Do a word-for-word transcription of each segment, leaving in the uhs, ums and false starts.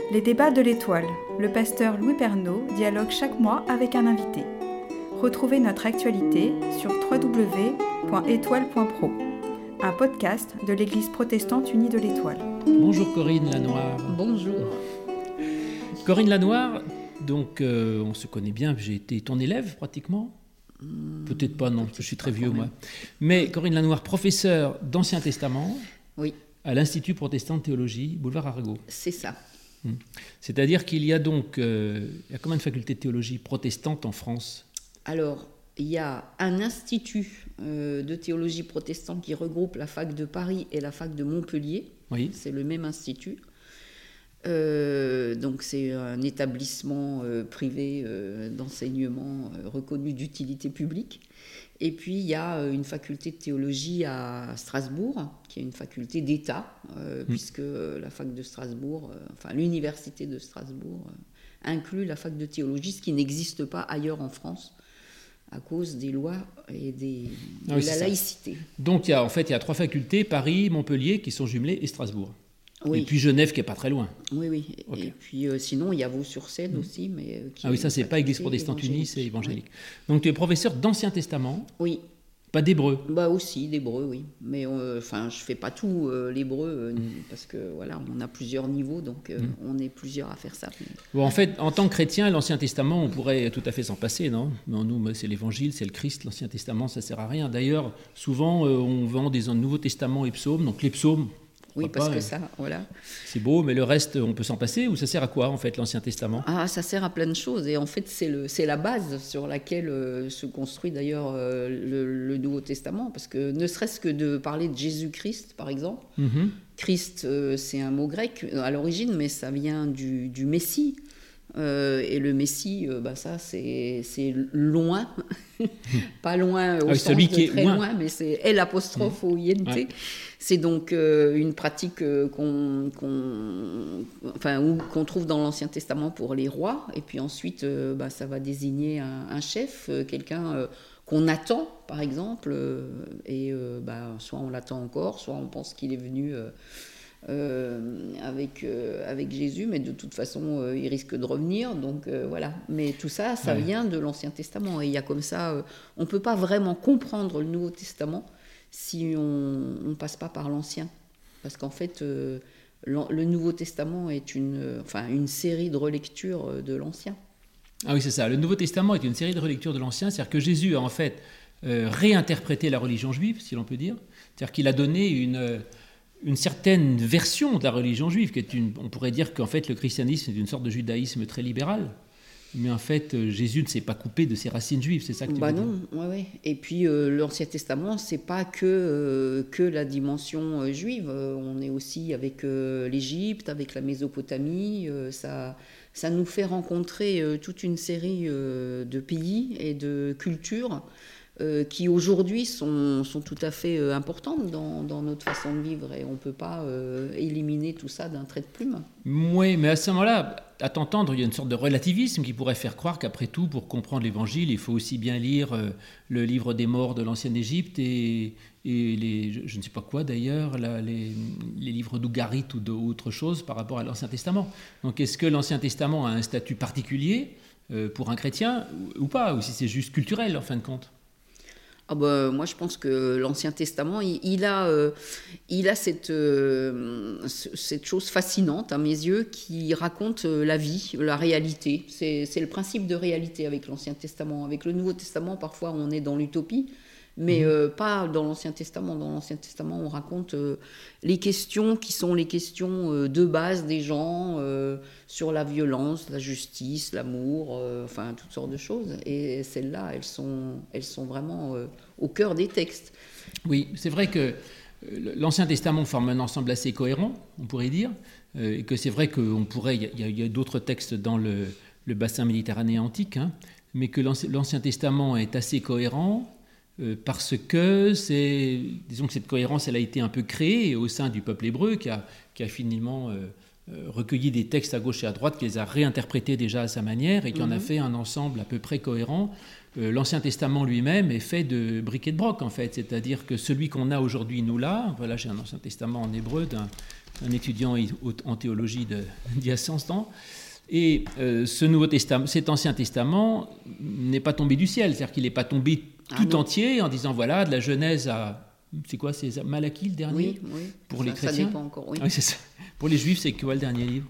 Les débats de l'Étoile. Le pasteur Louis Pernaud dialogue chaque mois avec un invité. Retrouvez notre actualité sur w w w point étoile point pro, un podcast de l'Église protestante unie de l'Étoile. Bonjour Corinne Lanoire. Bonjour. Corinne Lanoire, donc euh, on se connaît bien, j'ai été ton élève pratiquement. Mmh, Peut-être pas, non, parce que je suis très vieux moi. Mais Corinne Lanoire, professeure d'Ancien Testament oui. à l'Institut protestant de théologie, boulevard Arago. C'est ça. Mmh. C'est-à-dire qu'il y a donc, euh, il y a combien de facultés de théologie protestantes en France ? Alors, il y a un institut euh, de théologie protestante qui regroupe la fac de Paris et la fac de Montpellier. Oui. C'est le même institut. Euh, donc c'est un établissement euh, privé euh, d'enseignement euh, reconnu d'utilité publique. Et puis il y a une faculté de théologie à Strasbourg, qui est une faculté d'État, euh, mmh. puisque la fac de Strasbourg, euh, enfin l'université de Strasbourg, euh, inclut la fac de théologie, ce qui n'existe pas ailleurs en France, à cause des lois et des, de ah oui, la laïcité. Ça. Donc il y a, en fait il y a trois facultés, Paris, Montpellier, qui sont jumelées, et Strasbourg. Oui. Et puis Genève qui n'est pas très loin. Oui, oui. Okay. Et puis euh, sinon, il y a Vaux-sur-Seine mmh. aussi. Mais, euh, qui ah oui, ça, c'est pas Église protestante unie, c'est évangélique. Oui. Donc tu es professeur d'Ancien Testament. Oui. Pas d'hébreu. Bah aussi, d'hébreu, oui. Mais enfin, euh, je ne fais pas tout euh, l'hébreu, euh, mmh. parce que voilà, on a plusieurs niveaux, donc euh, mmh. on est plusieurs à faire ça. Mais... Bon, en fait, en tant que chrétien, l'Ancien Testament, on pourrait tout à fait s'en passer, non ? Mais nous, c'est l'Évangile, c'est le Christ, l'Ancien Testament, ça ne sert à rien. D'ailleurs, souvent, euh, on vend des Nouveaux Testaments et psaumes, donc les psaumes... Oui, parce pas, que ça, voilà. C'est beau, mais le reste, on peut s'en passer, ou ça sert à quoi, en fait, l'Ancien Testament ? Ah, ça sert à plein de choses, et en fait, c'est, le, c'est la base sur laquelle euh, se construit d'ailleurs euh, le, le Nouveau Testament, parce que ne serait-ce que de parler de Jésus-Christ, par exemple, mm-hmm. Christ, euh, c'est un mot grec à l'origine, mais ça vient du, du Messie, euh, et le Messie, euh, bah, ça, c'est, c'est loin, pas loin au ah, sens de très loin, loin, mais c'est L apostrophe O I N T. Ouais. C'est donc euh, une pratique euh, qu'on, qu'on, enfin, ou, qu'on trouve dans l'Ancien Testament pour les rois, et puis ensuite, euh, bah, ça va désigner un, un chef, euh, quelqu'un euh, qu'on attend, par exemple, euh, et euh, bah, soit on l'attend encore, soit on pense qu'il est venu euh, euh, avec, euh, avec Jésus, mais de toute façon, euh, il risque de revenir, donc euh, voilà. Mais tout ça, ça ouais. vient de l'Ancien Testament, et il y a comme ça, euh, on ne peut pas vraiment comprendre le Nouveau Testament si on ne passe pas par l'Ancien. Parce qu'en fait, euh, le Nouveau Testament est une, euh, enfin, une série de relectures de l'Ancien. Ah oui, c'est ça. Le Nouveau Testament est une série de relectures de l'Ancien. C'est-à-dire que Jésus a en fait euh, réinterprété la religion juive, si l'on peut dire. C'est-à-dire qu'il a donné une, une certaine version de la religion juive. Qui est une, on pourrait dire qu'en fait, le christianisme est une sorte de judaïsme très libéral. Mais en fait, Jésus ne s'est pas coupé de ses racines juives, c'est ça que tu bah veux non, dire ? ouais, ouais. Et puis euh, l'Ancien Testament, c'est pas que euh, que la dimension euh, juive. Euh, on est aussi avec euh, l'Égypte, avec la Mésopotamie. Euh, ça, ça nous fait rencontrer euh, toute une série euh, de pays et de cultures euh, qui aujourd'hui sont sont tout à fait euh, importantes dans dans notre façon de vivre, et on peut pas euh, éliminer tout ça d'un trait de plume. Oui, mais à ce moment-là, à t'entendre, il y a une sorte de relativisme qui pourrait faire croire qu'après tout, pour comprendre l'Évangile, il faut aussi bien lire euh, le livre des morts de l'Ancienne Égypte et, et les, je, je ne sais pas quoi d'ailleurs, la, les, les livres d'Ougarit ou d'autres choses par rapport à l'Ancien Testament. Donc est-ce que l'Ancien Testament a un statut particulier euh, pour un chrétien ou, ou pas, ou si c'est juste culturel en fin de compte ? Ah bah, moi, je pense que l'Ancien Testament, il, il a, euh, il a cette, euh, cette chose fascinante, à mes yeux, qui raconte euh, la vie, la réalité. C'est, c'est le principe de réalité avec l'Ancien Testament. Avec le Nouveau Testament, parfois, on est dans l'utopie, mais mmh. euh, pas dans l'Ancien Testament. Dans l'Ancien Testament, on raconte euh, les questions qui sont les questions euh, de base des gens euh, sur la violence, la justice, l'amour, euh, enfin toutes sortes de choses. Et celles-là, elles sont, elles sont vraiment euh, au cœur des textes. Oui, c'est vrai que l'Ancien Testament forme un ensemble assez cohérent, on pourrait dire, euh, et que c'est vrai qu'on pourrait, il y, y a d'autres textes dans le, le bassin méditerranéen antique, hein, mais que l'Ancien, l'Ancien Testament est assez cohérent. Euh, parce que c'est, disons que cette cohérence, elle a été un peu créée au sein du peuple hébreu qui a, qui a finalement euh, euh, recueilli des textes à gauche et à droite, qui les a réinterprétés déjà à sa manière et qui mm-hmm. en a fait un ensemble à peu près cohérent. Euh, L'Ancien Testament lui-même est fait de briques et de broc en fait, c'est-à-dire que celui qu'on a aujourd'hui, nous là, voilà, j'ai un Ancien Testament en hébreu d'un, un étudiant en théologie de, d'il y a cent ans. Et euh, ce Nouveau Testament, cet Ancien Testament n'est pas tombé du ciel, c'est-à-dire qu'il n'est pas tombé tout ah entier en disant voilà, de la Genèse à. C'est quoi, c'est Malachie le dernier? Oui, oui. Pour ça, les chrétiens. Ça dépend encore, oui. Oui, c'est ça. Pour les juifs, c'est quoi le dernier livre?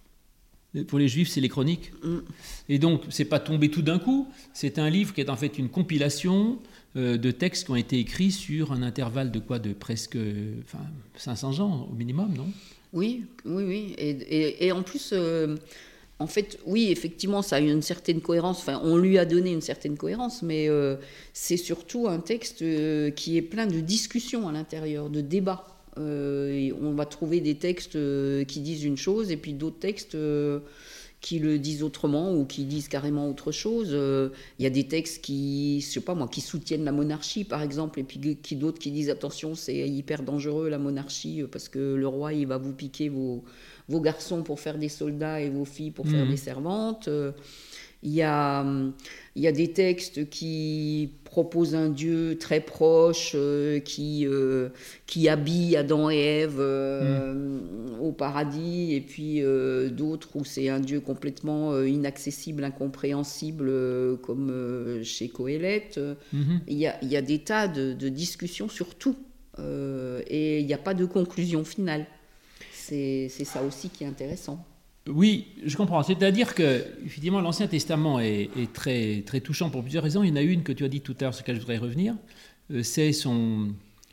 Pour les juifs, c'est les Chroniques. Mm. Et donc, c'est pas tombé tout d'un coup. C'est un livre qui est en fait une compilation euh, de textes qui ont été écrits sur un intervalle de quoi, de presque, enfin, cinq cents ans au minimum, non? Oui, oui, oui. Et, et, et en plus. Euh... En fait, oui, effectivement, ça a une certaine cohérence. Enfin, on lui a donné une certaine cohérence, mais euh, c'est surtout un texte euh, qui est plein de discussions à l'intérieur, de débats. Euh, et on va trouver des textes euh, qui disent une chose, et puis d'autres textes euh, qui le disent autrement ou qui disent carrément autre chose. Il euh, y a des textes qui, je sais pas moi, qui soutiennent la monarchie, par exemple, et puis qui, d'autres qui disent attention, c'est hyper dangereux la monarchie parce que le roi il va vous piquer vos vos garçons pour faire des soldats et vos filles pour mmh. faire des servantes. Il y a, il y a des textes qui proposent un Dieu très proche, euh, qui, euh, qui habille Adam et Ève euh, mmh. au paradis, et puis euh, d'autres où c'est un Dieu complètement euh, inaccessible, incompréhensible, euh, comme euh, chez Coëlette. Mmh. Il y a, il y a des tas de, de discussions sur tout, euh, et il n'y a pas de conclusion finale. C'est, c'est ça aussi qui est intéressant. Oui, je comprends. C'est-à-dire que, effectivement, l'Ancien Testament est, est très, très touchant pour plusieurs raisons. Il y en a une que tu as dit tout à l'heure, sur laquelle je voudrais revenir. Euh, c'est son,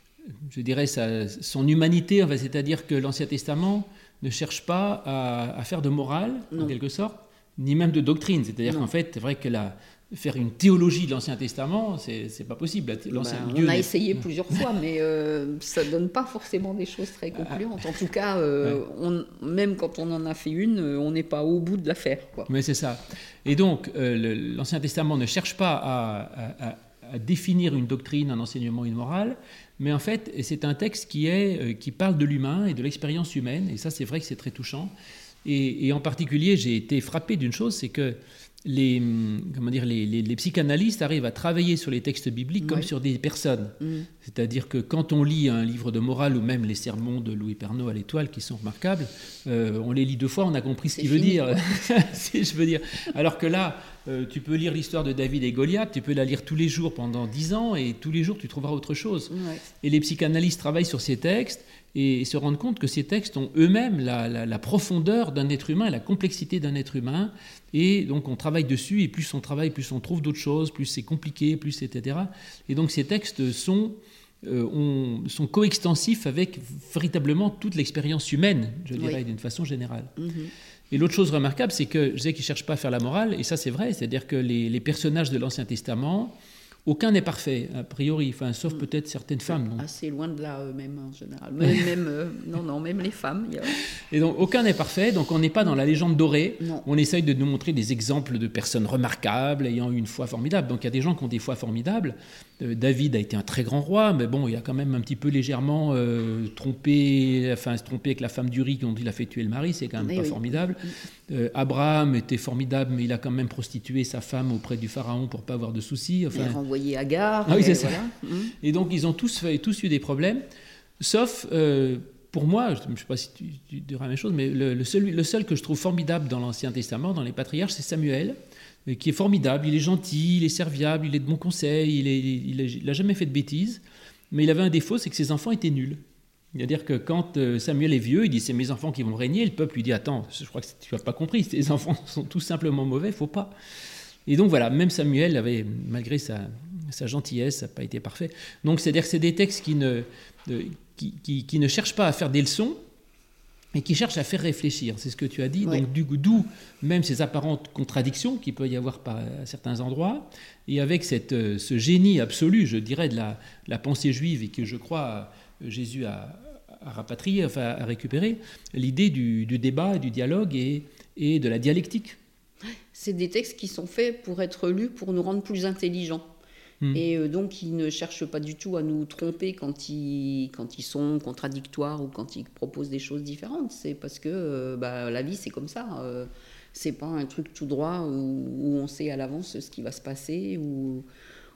je dirais, sa, son humanité. Enfin, c'est-à-dire que l'Ancien Testament ne cherche pas à, à faire de morale, non. en quelque sorte, ni même de doctrine. C'est-à-dire non. qu'en fait, c'est vrai que la... faire une théologie de l'Ancien Testament, c'est, c'est pas possible. Ben, Dieu on a essayé plusieurs fois, mais euh, ça donne pas forcément des choses très concluantes. En tout cas, euh, ouais. on, même quand on en a fait une, on n'est pas au bout de l'affaire, quoi. Mais c'est ça. Et donc, euh, le, l'Ancien Testament ne cherche pas à, à, à définir une doctrine, un enseignement, une morale, mais en fait, c'est un texte qui, est, qui parle de l'humain et de l'expérience humaine, et ça, c'est vrai que c'est très touchant. Et, et en particulier, j'ai été frappé d'une chose, c'est que Les, comment dire, les, les, les psychanalystes arrivent à travailler sur les textes bibliques comme ouais. sur des personnes. Mmh. C'est-à-dire que quand on lit un livre de morale ou même les sermons de Louis Pernaut à l'Étoile, qui sont remarquables, euh, on les lit deux fois, on a compris ce C'est qu'il fini, veut dire. si je veux dire. Alors que là, euh, tu peux lire l'histoire de David et Goliath, tu peux la lire tous les jours pendant dix ans et tous les jours tu trouveras autre chose. Ouais. Et les psychanalystes travaillent sur ces textes et se rendent compte que ces textes ont eux-mêmes la, la, la profondeur d'un être humain, la complexité d'un être humain, et donc on travaille dessus, et plus on travaille, plus on trouve d'autres choses, plus c'est compliqué, plus et cetera. Et donc ces textes sont, euh, on, sont coextensifs avec véritablement toute l'expérience humaine, je dirais, oui. d'une façon générale. Mm-hmm. Et l'autre chose remarquable, c'est que je disais qu'ils ne cherchent pas à faire la morale, et ça c'est vrai, c'est-à-dire que les, les personnages de l'Ancien Testament, aucun n'est parfait, a priori, enfin, sauf peut-être certaines femmes. Donc. Assez loin de là, eux-mêmes, en général. Même, même, euh, non, non, même les femmes. Y a... Et donc, aucun n'est parfait, donc on n'est pas dans la légende dorée. Non. On essaye de nous montrer des exemples de personnes remarquables, ayant eu une foi formidable. Donc, il y a des gens qui ont des foi formidables. Euh, David a été un très grand roi, mais bon, il a quand même un petit peu légèrement euh, trompé, enfin, se trompé avec la femme d'Uri dont il a fait tuer le mari, c'est quand même et pas oui. formidable. Euh, Abraham était formidable, mais il a quand même prostitué sa femme auprès du pharaon pour ne pas avoir de soucis. Enfin, et renvoyé Agar. Ah oui, c'est voilà. ça. Mmh. Et donc, ils ont tous, fait, tous eu des problèmes, sauf, euh, pour moi, je ne sais pas si tu, tu diras la même chose, mais le, le, seul, le seul que je trouve formidable dans l'Ancien Testament, dans les patriarches, c'est Samuel, qui est formidable, il est gentil, il est serviable, il est de bon conseil, il n'a jamais fait de bêtises, mais il avait un défaut, c'est que ses enfants étaient nuls. C'est-à-dire que quand Samuel est vieux, il dit « c'est mes enfants qui vont régner », le peuple lui dit « attends, je crois que tu n'as pas compris, tes enfants sont tout simplement mauvais, il ne faut pas ». Et donc voilà, même Samuel avait, malgré sa, sa gentillesse, ça n'a pas été parfait. Donc c'est-à-dire que c'est des textes qui ne, de, qui, qui, qui ne cherchent pas à faire des leçons, mais qui cherchent à faire réfléchir. C'est ce que tu as dit. Oui. Donc du, d'où même ces apparentes contradictions qu'il peut y avoir par, à certains endroits, et avec cette, ce génie absolu, je dirais, de la, la pensée juive, et que je crois Jésus a, a rapatrié, enfin a récupéré, l'idée du, du débat, du dialogue et, et de la dialectique. C'est des textes qui sont faits pour être lus, pour nous rendre plus intelligents. Mmh. Et euh, donc, ils ne cherchent pas du tout à nous tromper quand ils, quand ils sont contradictoires ou quand ils proposent des choses différentes. C'est parce que euh, bah, la vie, c'est comme ça. Euh, c'est pas un truc tout droit où, où on sait à l'avance ce qui va se passer, ou,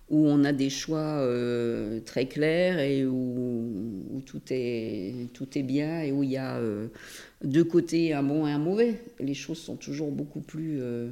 où on a des choix euh, très clairs et où, où tout, est, tout est bien et où il y a euh, deux côtés, un bon et un mauvais. Les choses sont toujours beaucoup plus euh,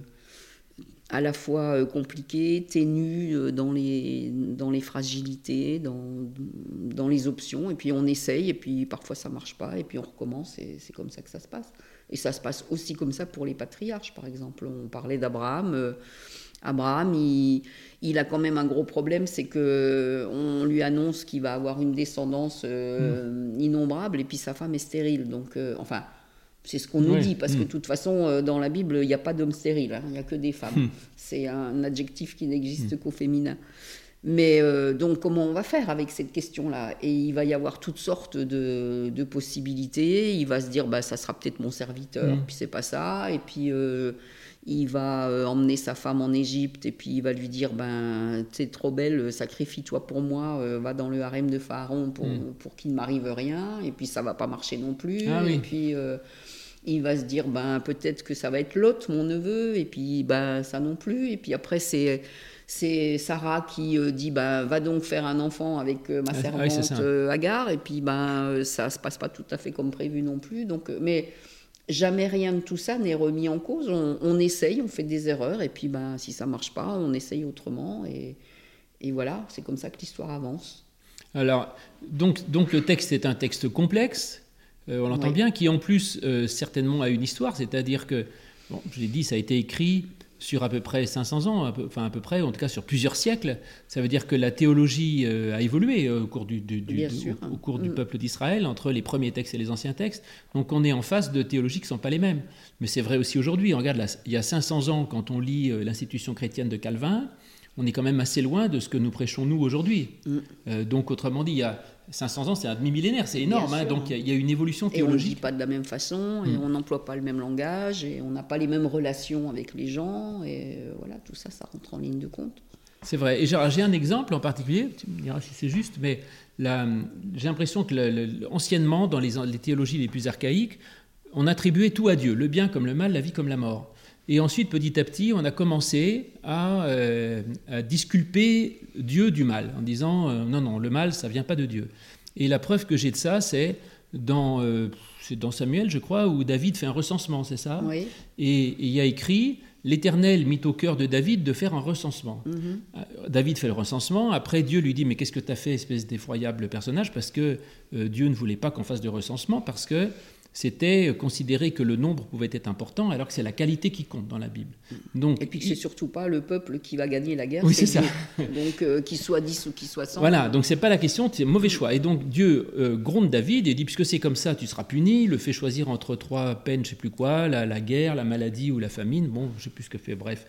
à la fois euh, compliquées, ténues euh, dans, les, dans les fragilités, dans, dans les options. Et puis on essaye et puis parfois ça ne marche pas et puis on recommence et c'est comme ça que ça se passe. Et ça se passe aussi comme ça pour les patriarches, par exemple. On parlait d'Abraham. Euh, Abraham, il, il a quand même un gros problème, c'est qu'on lui annonce qu'il va avoir une descendance euh, mmh. innombrable, et puis sa femme est stérile. Donc, euh, enfin, c'est ce qu'on nous oui. dit, parce mmh. que de toute façon, euh, dans la Bible, il n'y a pas d'homme stérile, hein, il n'y a que des femmes. Mmh. C'est un adjectif qui n'existe mmh. qu'au féminin. Mais euh, donc, comment on va faire avec cette question-là ? Et il va y avoir toutes sortes de, de possibilités. Il va se dire, bah, ça sera peut-être mon serviteur, mmh. puis c'est pas ça. Et puis... Euh, il va euh, emmener sa femme en Égypte et puis il va lui dire ben t'es trop belle, sacrifie-toi pour moi, euh, va dans le harem de Pharaon pour, mm. pour qu'il ne m'arrive rien, et puis ça va pas marcher non plus. Ah, oui. Et puis euh, il va se dire ben peut-être que ça va être Lot, mon neveu, et puis ben ça non plus. Et puis après c'est c'est Sarah qui euh, dit ben va donc faire un enfant avec euh, ma ah, servante oui, euh, Agar, et puis ben ça se passe pas tout à fait comme prévu non plus. Donc euh, mais jamais rien de tout ça n'est remis en cause. On, on essaye, on fait des erreurs, et puis ben, si ça ne marche pas, on essaye autrement. Et, et voilà, c'est comme ça que l'histoire avance. Alors, donc, donc le texte est un texte complexe, euh, on l'entend oui. bien, qui en plus euh, certainement a une histoire, c'est-à-dire que, bon, je l'ai dit, ça a été écrit sur à peu près cinq cents ans, à peu, enfin à peu près, en tout cas sur plusieurs siècles. Ça veut dire que la théologie euh, a évolué euh, au cours, du, du, du, du, au, au cours mmh. du peuple d'Israël, entre les premiers textes et les anciens textes. Donc on est en face de théologies qui ne sont pas les mêmes. Mais c'est vrai aussi aujourd'hui. On regarde, là, il y a cinq cents ans, quand on lit euh, l'institution chrétienne de Calvin, on est quand même assez loin de ce que nous prêchons nous aujourd'hui. Mmh. Euh, donc autrement dit, il y a cinq cents ans, c'est un demi-millénaire, c'est énorme. Hein, donc il y, y a une évolution théologique. Et on ne dit pas de la même façon, et mmh. on n'emploie pas le même langage, et on n'a pas les mêmes relations avec les gens, et euh, voilà, tout ça, ça rentre en ligne de compte. C'est vrai. Et j'ai un exemple en particulier, tu me diras si c'est juste, mais la, j'ai l'impression que le, le, anciennement, dans les, les théologies les plus archaïques, on attribuait tout à Dieu, le bien comme le mal, la vie comme la mort. Et ensuite, petit à petit, on a commencé à, euh, à disculper Dieu du mal, en disant euh, non, non, le mal, ça ne vient pas de Dieu. Et la preuve que j'ai de ça, c'est dans, euh, c'est dans Samuel, je crois, où David fait un recensement, c'est ça ? Oui. Et il y a écrit « L'Éternel mit au cœur de David de faire un recensement. Mm-hmm. » David fait le recensement, après Dieu lui dit « Mais qu'est-ce que tu as fait, espèce d'effroyable personnage ?» Parce que euh, Dieu ne voulait pas qu'on fasse de recensement, parce que c'était considérer que le nombre pouvait être important, alors que c'est la qualité qui compte dans la Bible. Donc, et puis que c'est surtout pas le peuple qui va gagner la guerre, oui, c'est, c'est ça. Donc euh, qu'il soit dix ou qu'il soit cent. Voilà, donc c'est pas la question, c'est un mauvais choix. Et donc Dieu euh, gronde David et dit, puisque c'est comme ça, tu seras puni, le fait choisir entre trois peines, je sais plus quoi, la, la guerre, la maladie ou la famine, bon, je sais plus ce que fait, bref.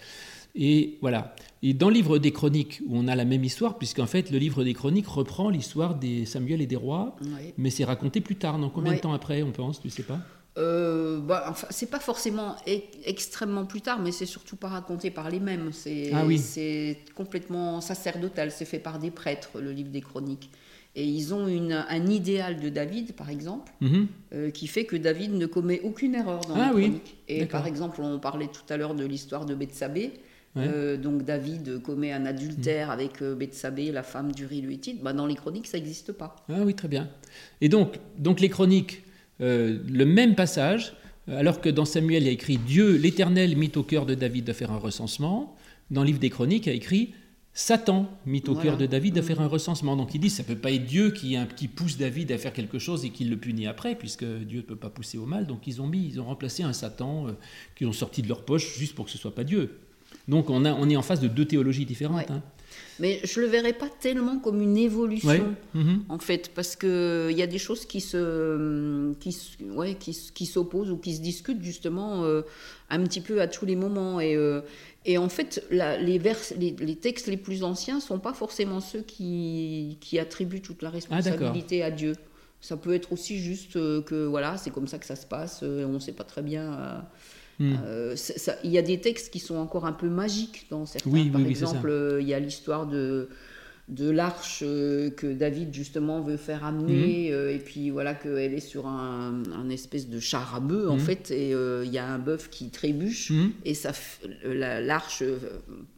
Et voilà. Et dans le livre des Chroniques, où on a la même histoire, puisqu'en fait, le livre des Chroniques reprend l'histoire des Samuel et des rois, oui. mais c'est raconté plus tard. Donc combien oui. de temps après, on pense, tu sais pas ? Euh, bah, enfin, c'est pas forcément e- extrêmement plus tard, mais c'est surtout pas raconté par les mêmes. C'est, ah oui. c'est complètement sacerdotal. C'est fait par des prêtres, le livre des Chroniques. Et ils ont une, un idéal de David, par exemple, mm-hmm. euh, qui fait que David ne commet aucune erreur dans ah, les oui. Chroniques. Et D'accord. par exemple, on parlait tout à l'heure de l'histoire de Bethsabée. Ouais. Euh, donc David commet un adultère mmh. avec euh, Bethsabée, la femme d'Uri le Hittite. Bah, dans les Chroniques, ça n'existe pas. Ah oui, très bien. Et donc, donc les Chroniques, euh, le même passage, alors que dans Samuel, il y a écrit « Dieu, l'Éternel, mit au cœur de David de faire un recensement », dans le livre des Chroniques, il y a écrit « Satan, mit au voilà. cœur de David de mmh. faire un recensement ». Donc il dit, ça ne peut pas être Dieu qui, qui pousse David à faire quelque chose et qui le punit après, puisque Dieu ne peut pas pousser au mal. Donc ils ont, mis, ils ont remplacé un Satan euh, qu'ils ont sorti de leur poche juste pour que ce ne soit pas Dieu. Donc on, a, on est en face de deux théologies différentes. Ouais. Hein. Mais je ne le verrais pas tellement comme une évolution, ouais. mm-hmm. en fait, parce qu'il y a des choses qui, se, qui, ouais, qui, qui s'opposent ou qui se discutent justement euh, un petit peu à tous les moments. Et, euh, et en fait, la, les, vers, les, les textes les plus anciens ne sont pas forcément ceux qui, qui attribuent toute la responsabilité ah, à Dieu. Ça peut être aussi juste euh, que voilà, c'est comme ça que ça se passe, euh, on ne sait pas très bien... Euh, Mm. Euh, ça, il y a des textes qui sont encore un peu magiques dans certains. Oui, Par oui, exemple, euh, il y a l'histoire de, de l'arche euh, que David justement veut faire amener, mm. euh, et puis voilà qu'elle est sur un, un espèce de char à bœuf mm. en fait, et il euh, y a un bœuf qui trébuche, mm. et ça, la, l'arche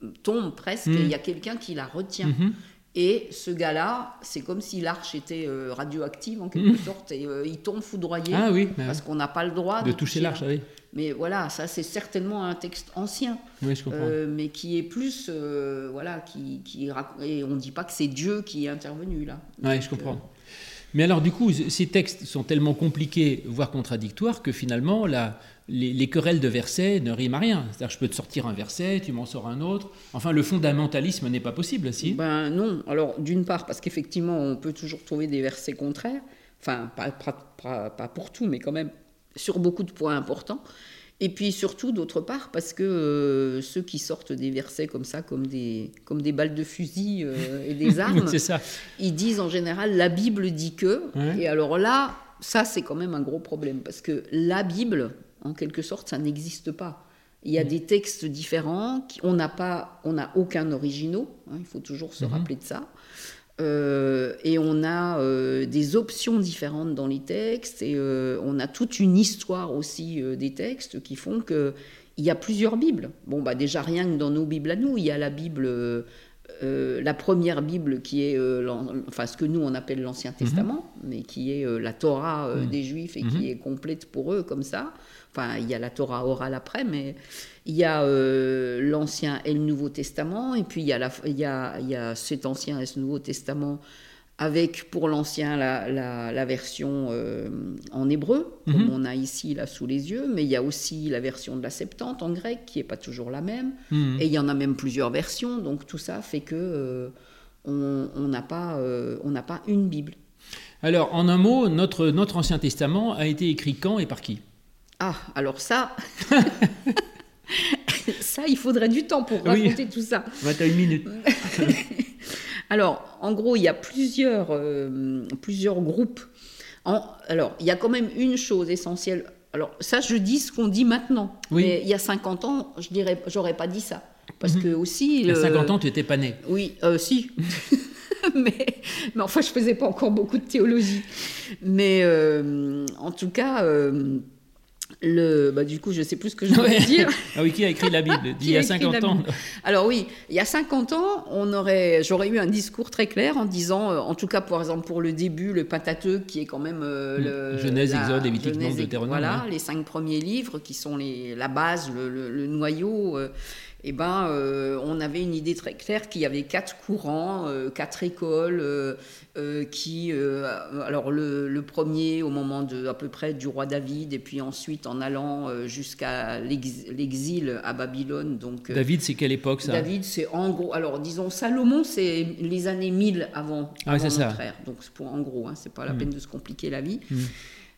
tombe presque, mmh. et il y a quelqu'un qui la retient. Mmh. Et ce gars-là, c'est comme si l'arche était euh, radioactive en quelque mmh. sorte, et euh, il tombe foudroyé, ah, oui, parce qu'on n'a pas le droit de, de toucher l'arche. Oui. Mais voilà, ça c'est certainement un texte ancien, oui, je comprends. Euh, mais qui est plus, euh, voilà, qui, qui et on ne dit pas que c'est Dieu qui est intervenu là. Oui, je comprends. Euh... Mais alors du coup, ces textes sont tellement compliqués, voire contradictoires, que finalement, la, les, les querelles de versets ne riment à rien. C'est-à-dire, je peux te sortir un verset, tu m'en sors un autre. Enfin, le fondamentalisme n'est pas possible, si ? Ben non. Alors, d'une part, parce qu'effectivement, on peut toujours trouver des versets contraires. Enfin, pas, pas, pas, pas pour tout, mais quand même sur beaucoup de points importants. Et puis surtout, d'autre part, parce que euh, ceux qui sortent des versets comme ça, comme des, comme des balles de fusil euh, et des armes, c'est ça. Ils disent en général « la Bible dit que ouais. ». Et alors là, ça c'est quand même un gros problème, parce que la Bible, en quelque sorte, ça n'existe pas. Il y a mmh. des textes différents, qui, on n'a pas, on n'a aucun originaux, hein, il faut toujours se mmh. rappeler de ça. Euh, et on a euh, des options différentes dans les textes, et euh, on a toute une histoire aussi euh, des textes qui font qu'il y a plusieurs Bibles. Bon, bah déjà rien que dans nos Bibles à nous, il y a la Bible, euh, euh, la première Bible qui est, euh, enfin ce que nous on appelle l'Ancien Testament, mmh. mais qui est euh, la Torah euh, mmh. des Juifs et mmh. qui est complète pour eux comme ça. Enfin, il y a la Torah orale après, mais il y a euh, l'Ancien et le Nouveau Testament, et puis il y a, la, il y a, il y a cet Ancien et ce Nouveau Testament avec, pour l'Ancien, la, la, la version euh, en hébreu, mm-hmm. comme on a ici, là, sous les yeux, mais il y a aussi la version de la Septante en grec, qui n'est pas toujours la même, mm-hmm. et il y en a même plusieurs versions, donc tout ça fait que euh, on n'a pas, euh, on n'a pas une Bible. Alors, en un mot, notre, notre Ancien Testament a été écrit quand et par qui ? Ah, alors ça, ça, il faudrait du temps pour raconter oui. tout ça. vingt et une minutes. Alors, en gros, il y a plusieurs, euh, plusieurs groupes. En, alors, il y a quand même une chose essentielle. Alors, ça, je dis ce qu'on dit maintenant. Oui. Mais il y a cinquante ans, je dirais, j'aurais pas dit ça. Parce mm-hmm. que aussi... Il y a cinquante ans, tu n'étais pas né. Oui, euh, si. mais, mais enfin, je faisais pas encore beaucoup de théologie. Mais euh, en tout cas... Euh, Le, bah du coup, je ne sais plus ce que je voulais dire. Ah oui, qui a écrit la Bible il y a cinquante ans. Alors oui, il y a cinquante ans, on aurait, j'aurais eu un discours très clair en disant, euh, en tout cas, par exemple, pour le début, le Pentateuque, qui est quand même euh, le, Genèse, la, Exode, Lévitique, Nombre, Deutéronome. Voilà, hein. les cinq premiers livres qui sont les, la base, le, le, le noyau. Euh, eh ben, euh, on avait une idée très claire qu'il y avait quatre courants, euh, quatre écoles, euh, euh, qui, euh, alors le, le premier au moment de, à peu près du roi David, et puis ensuite en allant euh, jusqu'à l'ex, l'exil à Babylone. Donc, euh, David, c'est quelle époque ça ? David, c'est en gros, alors disons Salomon, c'est les années mille avant, ah, avant c'est notre ça. ère. Donc c'est pour en gros, hein, c'est pas la mmh. peine de se compliquer la vie. Mmh.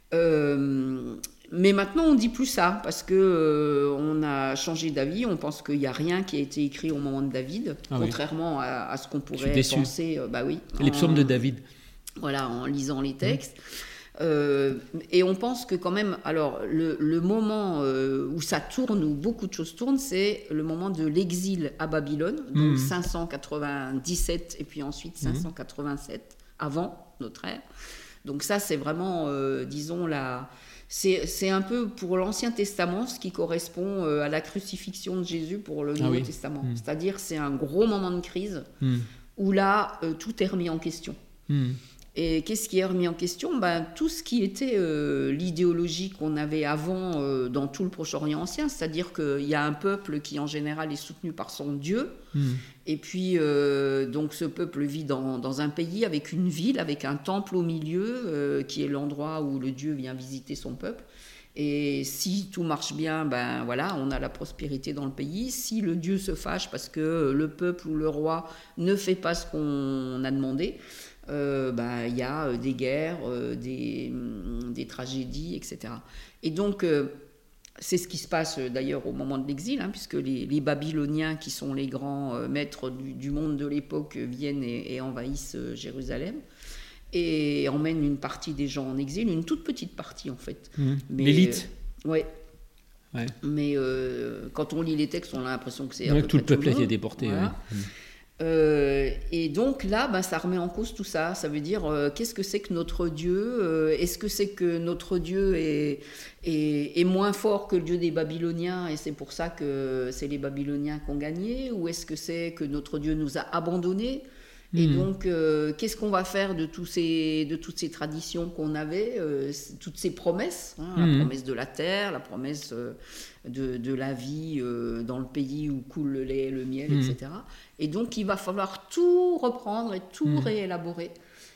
Euh, mais maintenant on dit plus ça parce que euh, on a changé d'avis, on pense qu'il n'y a rien qui a été écrit au moment de David, ah, contrairement oui. à, à ce qu'on pourrait penser. Euh, bah oui, les en, psaumes de David. Voilà, en lisant les textes. Mmh. Euh, et on pense que quand même, alors le, le moment euh, où ça tourne, où beaucoup de choses tournent, c'est le moment de l'exil à Babylone, donc mmh. cinq cent quatre-vingt-dix-sept et puis ensuite cinq cent quatre-vingt-sept mmh. avant notre ère. Donc ça, c'est vraiment, euh, disons, la... C'est, c'est un peu pour l'Ancien Testament ce qui correspond euh, à la crucifixion de Jésus pour le Nouveau ah oui. Testament. Mmh. C'est-à-dire c'est un gros moment de crise mmh. où là, euh, tout est remis en question. Mmh. Et qu'est-ce qui est remis en question ? Ben, tout ce qui était euh, l'idéologie qu'on avait avant euh, dans tout le Proche-Orient ancien, c'est-à-dire qu'il y a un peuple qui en général est soutenu par son Dieu, mmh. et puis euh, donc ce peuple vit dans, dans un pays avec une ville, avec un temple au milieu, euh, qui est l'endroit où le Dieu vient visiter son peuple. Et si tout marche bien, ben voilà, on a la prospérité dans le pays. Si le Dieu se fâche parce que le peuple ou le roi ne fait pas ce qu'on a demandé, Euh, ben, y a des guerres, euh, des, des tragédies, et cetera. Et donc, euh, c'est ce qui se passe d'ailleurs au moment de l'exil, hein, puisque les, les Babyloniens, qui sont les grands euh, maîtres du, du monde de l'époque, viennent et, et envahissent euh, Jérusalem et emmènent une partie des gens en exil, une toute petite partie en fait. Mmh. Mais, L'élite euh, ouais. ouais. Mais euh, quand on lit les textes, on a l'impression que c'est... Ouais, à peu tout près le peuple a été déporté. Voilà. Ouais. Mmh. Euh, et donc là, ben, ça remet en cause tout ça. Ça veut dire, euh, qu'est-ce que c'est que notre Dieu euh, Est-ce que c'est que notre Dieu est, est, est moins fort que le Dieu des Babyloniens et c'est pour ça que c'est les Babyloniens qui ont gagné? Ou est-ce que c'est que notre Dieu nous a abandonnés? Et mmh. donc, euh, qu'est-ce qu'on va faire de, tous ces, de toutes ces traditions qu'on avait, euh, toutes ces promesses, hein, mmh. la promesse de la terre, la promesse euh, de, de la vie euh, dans le pays où coule le lait et le miel, mmh. et cetera. Et donc, il va falloir tout reprendre et tout mmh. réélaborer.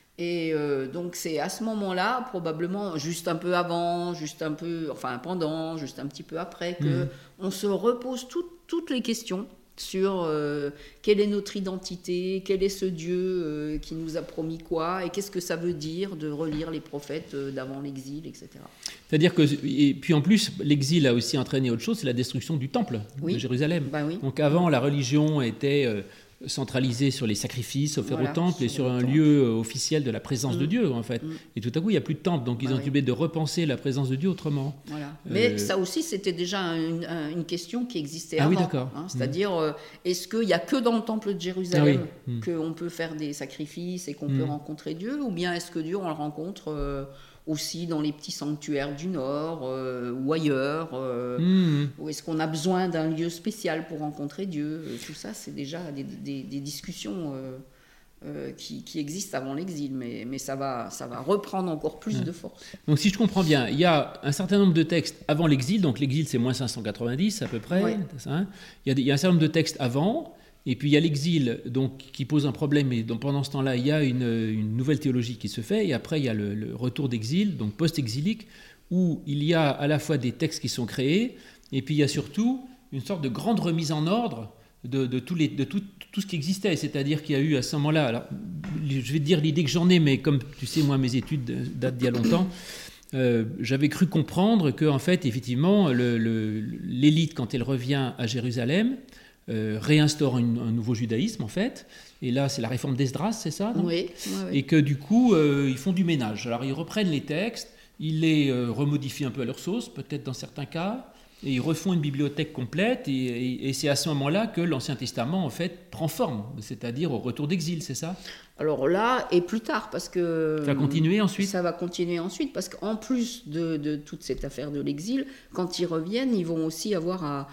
Et euh, donc, c'est à ce moment-là, probablement juste un peu avant, juste un peu, enfin pendant, juste un petit peu après, qu'on mmh. se repose tout, toutes les questions sur euh, quelle est notre identité, quel est ce Dieu euh, qui nous a promis quoi, et qu'est-ce que ça veut dire de relire les prophètes euh, d'avant l'exil, et cetera. C'est-à-dire que, et puis en plus, l'exil a aussi entraîné autre chose, c'est la destruction du temple oui. de Jérusalem. Bah oui. Donc avant, la religion était euh, centralisée sur les sacrifices offerts voilà, au temple sur et sur un temple. lieu officiel de la présence mmh. de Dieu, en fait. Mmh. Et tout à coup, il n'y a plus de temple, donc ils bah ont été obligés oui. de repenser la présence de Dieu autrement. Voilà. Mais euh... ça aussi, c'était déjà une, une question qui existait ah, avant. Oui, d'accord. Hein, c'est-à-dire, mmh. est-ce qu'il n'y a que dans le temple de Jérusalem ah, oui. mmh. qu'on peut faire des sacrifices et qu'on mmh. peut rencontrer Dieu, ou bien est-ce que Dieu, on le rencontre euh, aussi dans les petits sanctuaires du Nord euh, ou ailleurs euh, mmh. ou est-ce qu'on a besoin d'un lieu spécial pour rencontrer Dieu? Tout ça, c'est déjà des, des, des discussions euh, euh, qui, qui existent avant l'exil, mais, mais ça, va, ça va reprendre encore plus ouais. de force. Donc si je comprends bien, il y a un certain nombre de textes avant l'exil, donc l'exil c'est moins cinq cent quatre-vingt-dix à peu près, ouais. ça, hein. il, y a des, il y a un certain nombre de textes avant. Et puis il y a l'exil donc, qui pose un problème, et donc pendant ce temps-là, il y a une, une nouvelle théologie qui se fait, et après il y a le, le retour d'exil, donc post-exilique, où il y a à la fois des textes qui sont créés, et puis il y a surtout une sorte de grande remise en ordre de, de, tous les, de tout, tout ce qui existait, c'est-à-dire qu'il y a eu à ce moment-là, alors, je vais te dire l'idée que j'en ai, mais comme tu sais, moi mes études datent d'il y a longtemps, euh, j'avais cru comprendre que en fait, effectivement, le, le, l'élite, quand elle revient à Jérusalem, Euh, réinstaure une, un nouveau judaïsme en fait, et là c'est la réforme d'Esdras, c'est ça non oui, oui, oui. Et que du coup euh, ils font du ménage, alors ils reprennent les textes, ils les euh, remodifient un peu à leur sauce, peut-être dans certains cas, et ils refont une bibliothèque complète, et, et, et c'est à ce moment-là que l'Ancien Testament en fait prend forme, c'est-à-dire au retour d'exil, c'est ça? Alors là, et plus tard, parce que... Ça va continuer ensuite? Ça va continuer ensuite, parce qu'en plus de, de toute cette affaire de l'exil, quand ils reviennent, ils vont aussi avoir à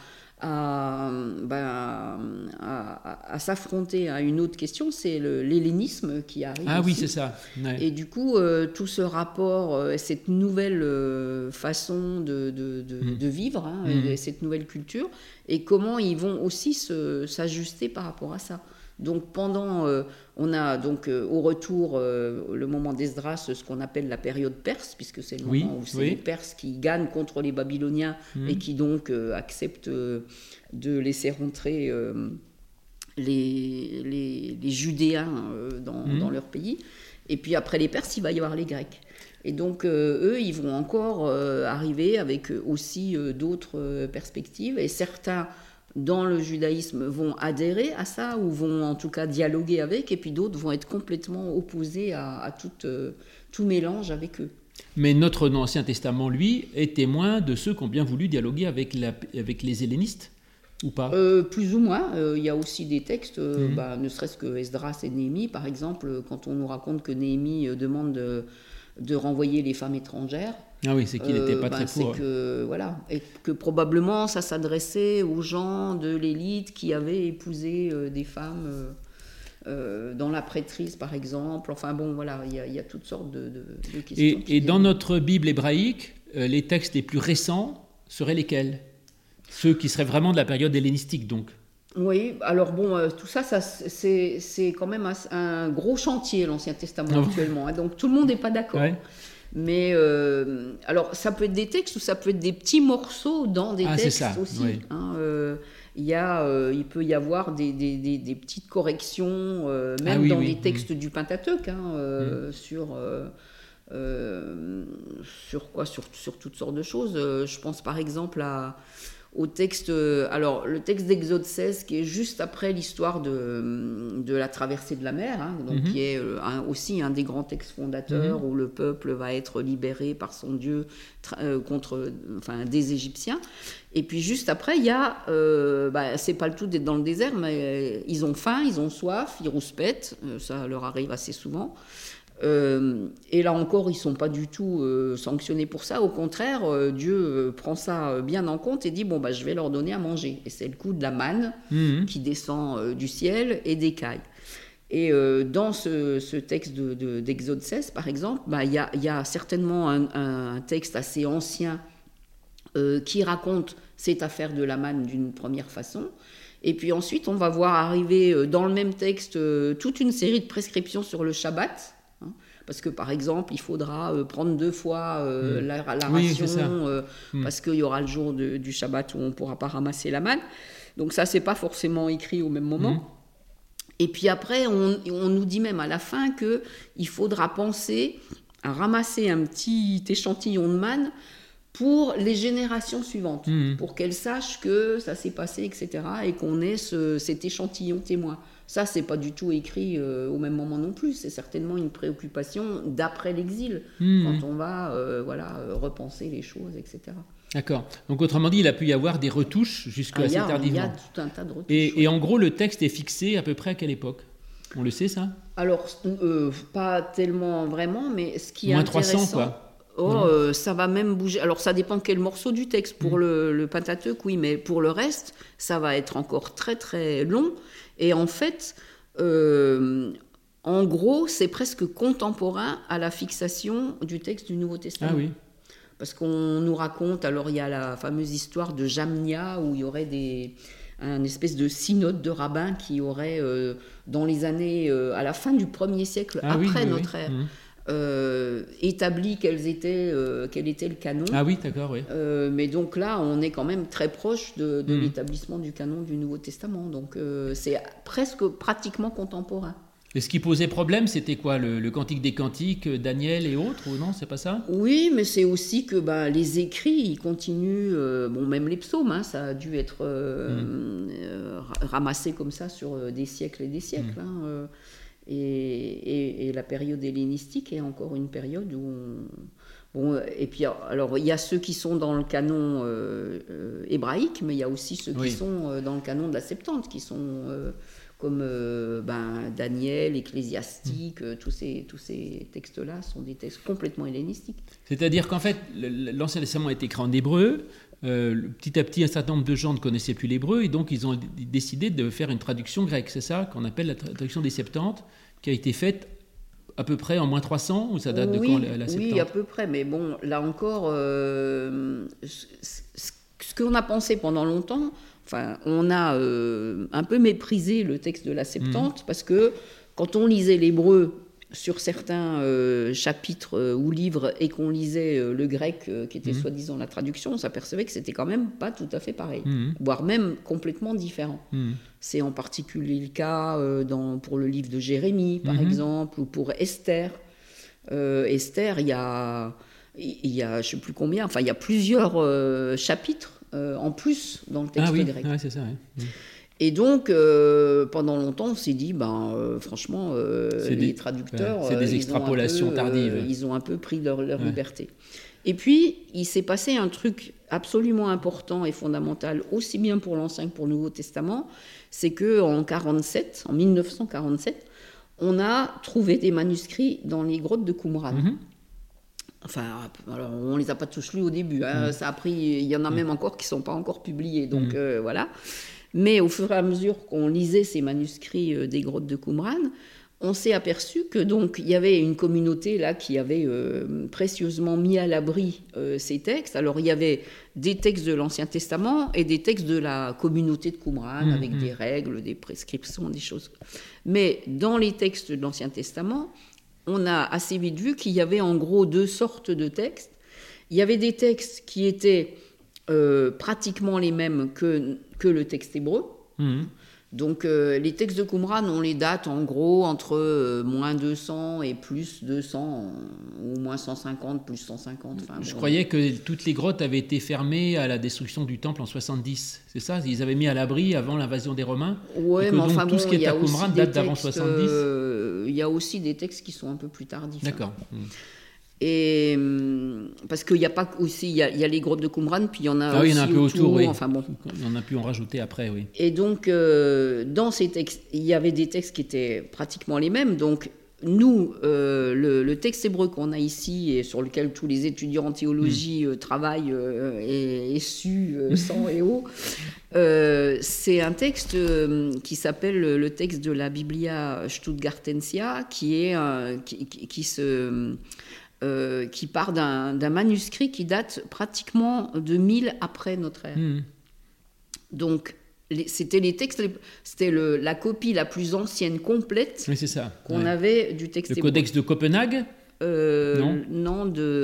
À, ben, à, à, à s'affronter à une autre question, c'est le, l'hellénisme qui arrive. Ah aussi. Oui, c'est ça. Ouais. Et du coup, euh, tout ce rapport, euh, cette nouvelle euh, façon de, de, de, mmh. de vivre, hein, mmh. cette nouvelle culture, et comment ils vont aussi se, s'ajuster par rapport à ça. Donc pendant, euh, on a donc euh, au retour euh, le moment d'Esdras, ce qu'on appelle la période perse, puisque c'est le oui, moment où c'est oui. les Perses qui gagnent contre les Babyloniens mmh. et qui donc euh, acceptent euh, de laisser rentrer euh, les, les, les Judéens euh, dans, mmh. dans leur pays. Et puis après les Perses, il va y avoir les Grecs. Et donc euh, eux, ils vont encore euh, arriver avec aussi euh, d'autres euh, perspectives, et certains dans le judaïsme vont adhérer à ça, ou vont en tout cas dialoguer avec, et puis d'autres vont être complètement opposés à, à tout, euh, tout mélange avec eux. Mais notre Ancien Testament, lui, est témoin de ceux qui ont bien voulu dialoguer avec, la, avec les hellénistes, ou pas? euh, Plus ou moins. Il euh, y a aussi des textes, euh, mmh. bah, ne serait-ce que Esdras et Néhémie, par exemple, quand on nous raconte que Néhémie euh, demande de, de renvoyer les femmes étrangères. Ah oui, c'est qu'il n'était pas euh, ben, très pour. C'est que, voilà, et que probablement ça s'adressait aux gens de l'élite qui avaient épousé euh, des femmes euh, euh, dans la prêtrise, par exemple. Enfin bon, voilà, il y, y a toutes sortes de, de, de questions. Et, et dans notre Bible hébraïque, euh, les textes les plus récents seraient lesquels? Ceux qui seraient vraiment de la période hellénistique, donc. Oui, alors bon, euh, tout ça, ça c'est, c'est quand même un, un gros chantier, l'Ancien Testament, ah actuellement. Hein, donc tout le monde n'est pas d'accord. Ouais. Mais euh, alors, ça peut être des textes ou ça peut être des petits morceaux dans des ah, textes c'est ça. aussi. Oui. Hein, euh, y a, euh, il peut y avoir des, des, des, des petites corrections, euh, même ah, oui, dans oui, des textes oui. du Pentateuque, hein, euh, mmh. sur, euh, euh, sur quoi, sur, sur toutes sortes de choses. Euh, je pense par exemple à, au texte, alors le texte d'Exode seize qui est juste après l'histoire de, de la traversée de la mer, hein, donc mm-hmm. qui est un, aussi un des grands textes fondateurs mm-hmm. où le peuple va être libéré par son Dieu tra- contre, enfin, des Égyptiens. Et puis juste après, il y a, euh, bah, c'est pas le tout d'être dans le désert, mais ils ont faim, ils ont soif, ils rouspètent, ça leur arrive assez souvent. Euh, et là encore, ils ne sont pas du tout euh, sanctionnés pour ça. Au contraire, euh, Dieu euh, prend ça bien en compte et dit bon, bah, je vais leur donner à manger. Et c'est le coup de la manne mmh. qui descend euh, du ciel et des cailles. Et euh, dans ce, ce texte de, de, d'Exode seize, par exemple, bah, y a, y a certainement un, un texte assez ancien euh, qui raconte cette affaire de la manne d'une première façon. Et puis ensuite, on va voir arriver euh, dans le même texte euh, toute une série de prescriptions sur le Shabbat. Parce que, par exemple, il faudra euh, prendre deux fois euh, mmh. la, la ration, oui, euh, mmh. parce qu'il y aura le jour de, du Shabbat où on ne pourra pas ramasser la manne. Donc ça, ce n'est pas forcément écrit au même moment. Mmh. Et puis après, on, on nous dit même à la fin qu'il faudra penser à ramasser un petit échantillon de manne pour les générations suivantes, mmh. pour qu'elles sachent que ça s'est passé, et cetera, et qu'on ait ce, cet échantillon témoin. Ça, c'est pas du tout écrit euh, au même moment non plus. C'est certainement une préoccupation d'après l'exil, mmh. quand on va euh, voilà, euh, repenser les choses, et cetera. D'accord. Donc, autrement dit, il a pu y avoir des retouches jusqu'à assez ah, tardivement. Il y a tout un tas de retouches. Et, ouais. et en gros, le texte est fixé à peu près à quelle époque ? On le sait, ça ? Alors, euh, pas tellement vraiment, mais ce qui est moins intéressant... trois cents, quoi. Oh, euh, ça va même bouger. Alors, ça dépend quel morceau du texte. Pour mmh. le, le Pentateuque, oui, mais pour le reste, ça va être encore très, très long. Et en fait... Euh, en gros, c'est presque contemporain à la fixation du texte du Nouveau Testament. Ah oui. Parce qu'on nous raconte, alors il y a la fameuse histoire de Jamnia, où il y aurait des, un espèce de synode de rabbins qui aurait, euh, dans les années, euh, à la fin du premier siècle, ah, après oui, notre oui, ère, oui. Euh, établi quels étaient, euh, quel était le canon. Ah oui, d'accord, oui. Euh, mais donc là, on est quand même très proche de, de mmh. l'établissement du canon du Nouveau Testament. Donc euh, c'est presque pratiquement contemporain. Et ce qui posait problème, c'était quoi ? Le, le Cantique des Cantiques, Daniel et autres, ou non, c'est pas ça ? Oui, mais c'est aussi que ben, les écrits, ils continuent, euh, bon, même les psaumes, hein, ça a dû être euh, mmh. euh, ramassé comme ça sur des siècles et des siècles. Mmh. Hein, euh, Et, et, et la période hellénistique est encore une période où on... Bon, et puis, alors, il y a ceux qui sont dans le canon euh, euh, hébraïque, mais il y a aussi ceux oui. qui sont euh, dans le canon de la Septante, qui sont euh, comme euh, ben, Daniel, Ecclésiastique, mmh. tous ces, tous ces textes-là sont des textes complètement hellénistiques. C'est-à-dire qu'en fait, l'Ancien Testament est écrit en hébreu. Euh, petit à petit, un certain nombre de gens ne connaissaient plus l'hébreu et donc ils ont d- décidé de faire une traduction grecque. C'est ça qu'on appelle la tra- traduction des Septante, qui a été faite à peu près en moins trois cents, ou ça date oui, de quand la, la Septante ? Oui, à peu près, mais bon, là encore, euh, ce qu'on a pensé pendant longtemps, enfin, on a euh, un peu méprisé le texte de la Septante, mmh. parce que quand on lisait l'hébreu sur certains euh, chapitres euh, ou livres et qu'on lisait euh, le grec euh, qui était mmh. soi-disant la traduction, on s'apercevait que c'était quand même pas tout à fait pareil, mmh. voire même complètement différent. Mmh. C'est en particulier le cas euh, dans, pour le livre de Jérémie, par mmh. exemple, ou pour Esther. Euh, Esther, il y a, il y a je ne sais plus combien, enfin il y a plusieurs euh, chapitres euh, en plus dans le texte ah oui. grec. Ah oui, c'est ça, oui. Mmh. Et donc, euh, pendant longtemps, on s'est dit, ben, euh, franchement, euh, les des, traducteurs, ouais, c'est des extrapolations ils, ont peu, tardives. Euh, ils ont un peu pris leur, leur ouais. liberté. Et puis, il s'est passé un truc absolument important et fondamental, aussi bien pour l'Ancien que pour le Nouveau Testament, c'est qu'en quarante-sept, en mille neuf cent quarante-sept, on a trouvé des manuscrits dans les grottes de Qumran. Mm-hmm. Enfin, alors, on ne les a pas tous lus au début. Hein. Mm. Ça a pris, il y en a mm. même encore qui ne sont pas encore publiés. Donc, mm. euh, voilà. Mais au fur et à mesure qu'on lisait ces manuscrits euh, des grottes de Qumran, on s'est aperçu que donc il y avait une communauté là qui avait euh, précieusement mis à l'abri euh, ces textes. Alors il y avait des textes de l'Ancien Testament et des textes de la communauté de Qumran mmh, avec mmh. des règles, des prescriptions, des choses. Mais dans les textes de l'Ancien Testament, on a assez vite vu qu'il y avait en gros deux sortes de textes. Il y avait des textes qui étaient euh, pratiquement les mêmes que, que le texte hébreu. Mmh. Donc euh, les textes de Qumran, on les date en gros entre euh, moins deux cents et plus deux cents, ou moins cent cinquante, plus cent cinquante. Enfin, Je bon. croyais que toutes les grottes avaient été fermées à la destruction du temple en soixante-dix. C'est ça? Ils avaient mis à l'abri avant l'invasion des Romains? Ouais, et que mais donc enfin tout bon, ce qui il y est a à aussi Qumran des date d'avant textes, soixante-dix. euh, il y a aussi des textes qui sont un peu plus tardifs. D'accord. Hein. Et parce qu'il n'y a pas aussi, il y, a, il y a les grottes de Qumran, puis il y en a ah oui, aussi il y en a un peu autour. autour, oui. Enfin bon. On a pu en rajouter après, oui. Et donc euh, dans ces textes, il y avait des textes qui étaient pratiquement les mêmes. Donc nous, euh, le, le texte hébreu qu'on a ici et sur lequel tous les étudiants en théologie mmh. euh, travaillent euh, et, et suent euh, sang et eau, euh, c'est un texte euh, qui s'appelle le texte de la Biblia Stuttgartensia, qui est euh, qui, qui, qui se Euh, qui part d'un, d'un manuscrit qui date pratiquement de mille après notre ère. Mmh. Donc, les, c'était les textes, c'était le, la copie la plus ancienne complète oui, c'est ça. qu'on ouais. avait du texte. Le hébreu. Codex de Copenhague euh, Non, non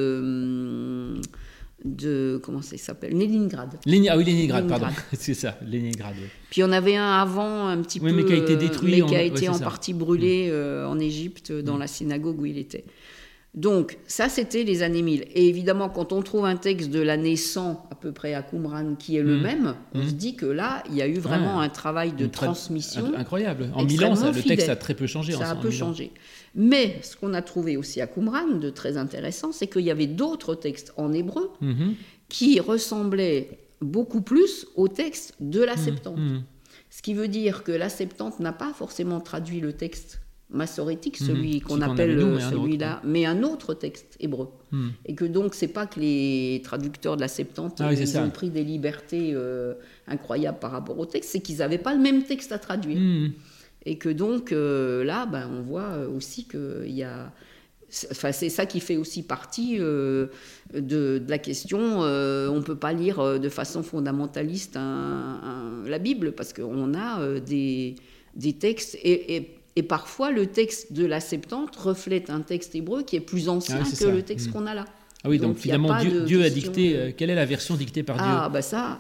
de, de comment ça s'appelle Leningrad. Léni, ah oui, Leningrad, Leningrad. pardon. C'est ça, Leningrad. Oui. Puis on avait un avant un petit oui, peu, mais qui a été détruit, mais en, qui a été ouais, en ça. partie brûlé mmh. euh, en Égypte dans mmh. la synagogue où il était. Donc, ça, c'était les années mille. Et évidemment, quand on trouve un texte de l'année cent, à peu près à Qumran, qui est le mmh. même, on mmh. se dit que là, il y a eu vraiment ouais. un travail de tra- transmission. Incroyable. En mille ans, ça, le texte a très peu changé. Ça en, a peu changé. Mais ce qu'on a trouvé aussi à Qumran, de très intéressant, c'est qu'il y avait d'autres textes en hébreu mmh. qui ressemblaient beaucoup plus aux textes de la Septante. Mmh. Ce qui veut dire que la Septante n'a pas forcément traduit le texte massorétique, celui mmh, qu'on appelle nous, mais celui-là, un mais un autre texte hébreu. Mmh. Et que donc, c'est pas que les traducteurs de la Septante ah, oui, ils ont pris des libertés euh, incroyables par rapport au texte, c'est qu'ils n'avaient pas le même texte à traduire. Mmh. Et que donc, euh, là, ben, on voit aussi qu'il y a... Enfin, c'est ça qui fait aussi partie euh, de, de la question. Euh, on ne peut pas lire de façon fondamentaliste un, un, la Bible, parce qu'on a euh, des, des textes... et, et Et parfois, le texte de la Septante reflète un texte hébreu qui est plus ancien ah oui, que ça. le texte mmh. qu'on a là. Ah oui, donc, donc finalement, Dieu, Dieu a dicté... De... Euh, quelle est la version dictée par Dieu ? Ah, bah ça,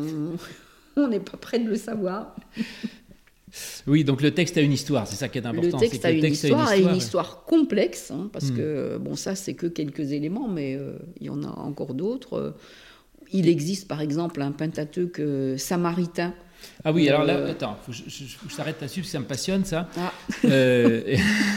on n'est pas prêt de le savoir. Oui, donc le texte a une histoire, c'est ça qui est important. Le texte, c'est a, que une le texte histoire, a une histoire, et une histoire complexe, hein, parce mmh. que, bon, ça, c'est que quelques éléments, mais euh, il y en a encore d'autres. Il existe, par exemple, un Pentateuque euh, samaritain. Ah oui, alors là, euh... attends, faut que je, je, je s'arrête là-dessus parce que ça me passionne, ça. Ah. Euh,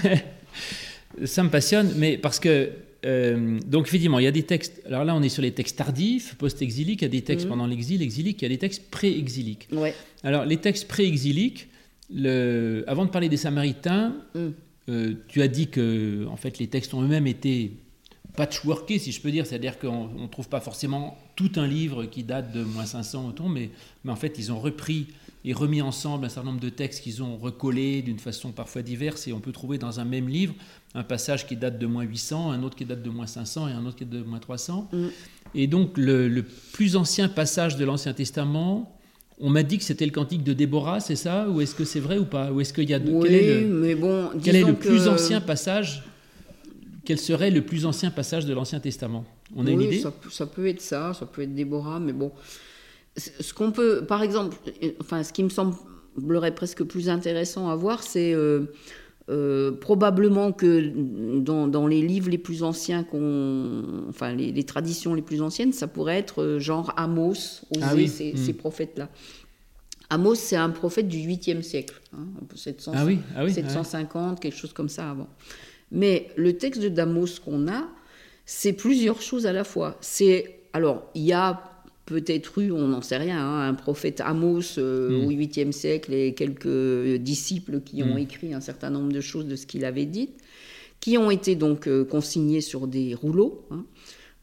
ça me passionne, mais parce que, euh, donc effectivement, il y a des textes, alors là on est sur les textes tardifs, post-exiliques, il y a des textes mmh. pendant l'exil, exilique, il y a des textes pré-exiliques. Ouais. Alors les textes pré-exiliques, le, avant de parler des Samaritains, mmh. euh, tu as dit que en fait, les textes ont eux-mêmes été patchworkés, si je peux dire, c'est-à-dire qu'on ne trouve pas forcément tout un livre qui date de moins cinq cents autour, mais, mais en fait, ils ont repris et remis ensemble un certain nombre de textes qu'ils ont recollés d'une façon parfois diverse, et on peut trouver dans un même livre un passage qui date de moins huit cents, un autre qui date de moins cinq cents et un autre qui date de moins trois cents. Mm. Et donc, le, le plus ancien passage de l'Ancien Testament, on m'a dit que c'était le cantique de Déborah, c'est ça ? Ou est-ce que c'est vrai ou pas ? Ou est-ce qu'il y a de, oui, quel est le, mais bon, quel est le que... plus ancien passage ? Quel serait le plus ancien passage de l'Ancien Testament ? On a oui, une idée ? ça, ça peut être ça, ça peut être Déborah, mais bon. Ce qu'on peut, par exemple, enfin, ce qui me semblerait presque plus intéressant à voir, c'est euh, euh, probablement que dans, dans les livres les plus anciens, qu'on, enfin, les, les traditions les plus anciennes, ça pourrait être genre Amos, Osée, ah oui. ces, mmh. ces prophètes-là. Amos, c'est un prophète du huitième siècle, hein, sept cents, ah oui, ah oui, sept cent cinquante, ah oui. quelque chose comme ça avant. Mais le texte de Amos qu'on a, c'est plusieurs choses à la fois. C'est, alors, il y a peut-être eu, on n'en sait rien, hein, un prophète Amos euh, mmh. au huitième siècle et quelques disciples qui ont mmh. écrit un certain nombre de choses de ce qu'il avait dit, qui ont été donc euh, consignés sur des rouleaux. Il hein.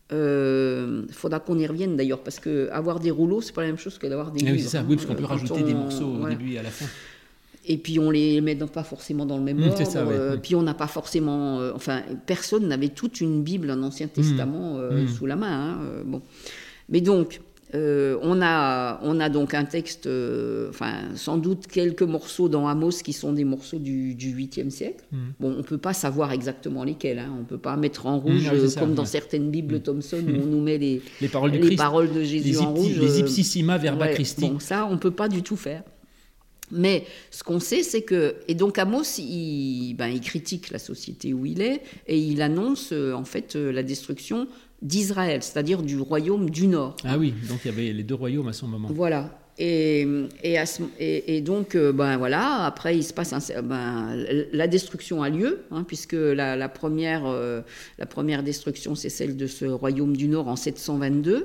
euh, faudra qu'on y revienne d'ailleurs, parce qu'avoir des rouleaux, c'est pas la même chose que d'avoir des ah livres. Oui, c'est ça, hein, oui, parce qu'on peut rajouter on, des morceaux voilà. au début et à la fin. Et puis on les met pas forcément dans le même ordre. Mmh, ça, ouais. euh, puis on n'a pas forcément, euh, enfin personne n'avait toute une Bible, un Ancien Testament euh, mmh. sous la main. Hein, euh, bon, mais donc euh, on a on a donc un texte, euh, enfin sans doute quelques morceaux dans Amos qui sont des morceaux du du huitième siècle. Mmh. Bon, on peut pas savoir exactement lesquels. Hein, on peut pas mettre en rouge mmh, euh, ça, comme ouais. dans certaines Bibles Thomson où on nous met les les paroles, les paroles de Jésus les en rouge. Les ipsissima verba ouais, Christi. Bon, ça on peut pas du tout faire. Mais ce qu'on sait, c'est que... Et donc Amos, il, ben, il critique la société où il est, et il annonce euh, en fait euh, la destruction d'Israël, c'est-à-dire du royaume du Nord. Ah oui, donc il y avait les deux royaumes à ce moment. Voilà. Et, et, à ce, et, et donc, euh, ben voilà, après, il se passe... Un, ben, la destruction a lieu, hein, puisque la, la, première, euh, la première destruction, c'est celle de ce royaume du Nord en sept cent vingt-deux.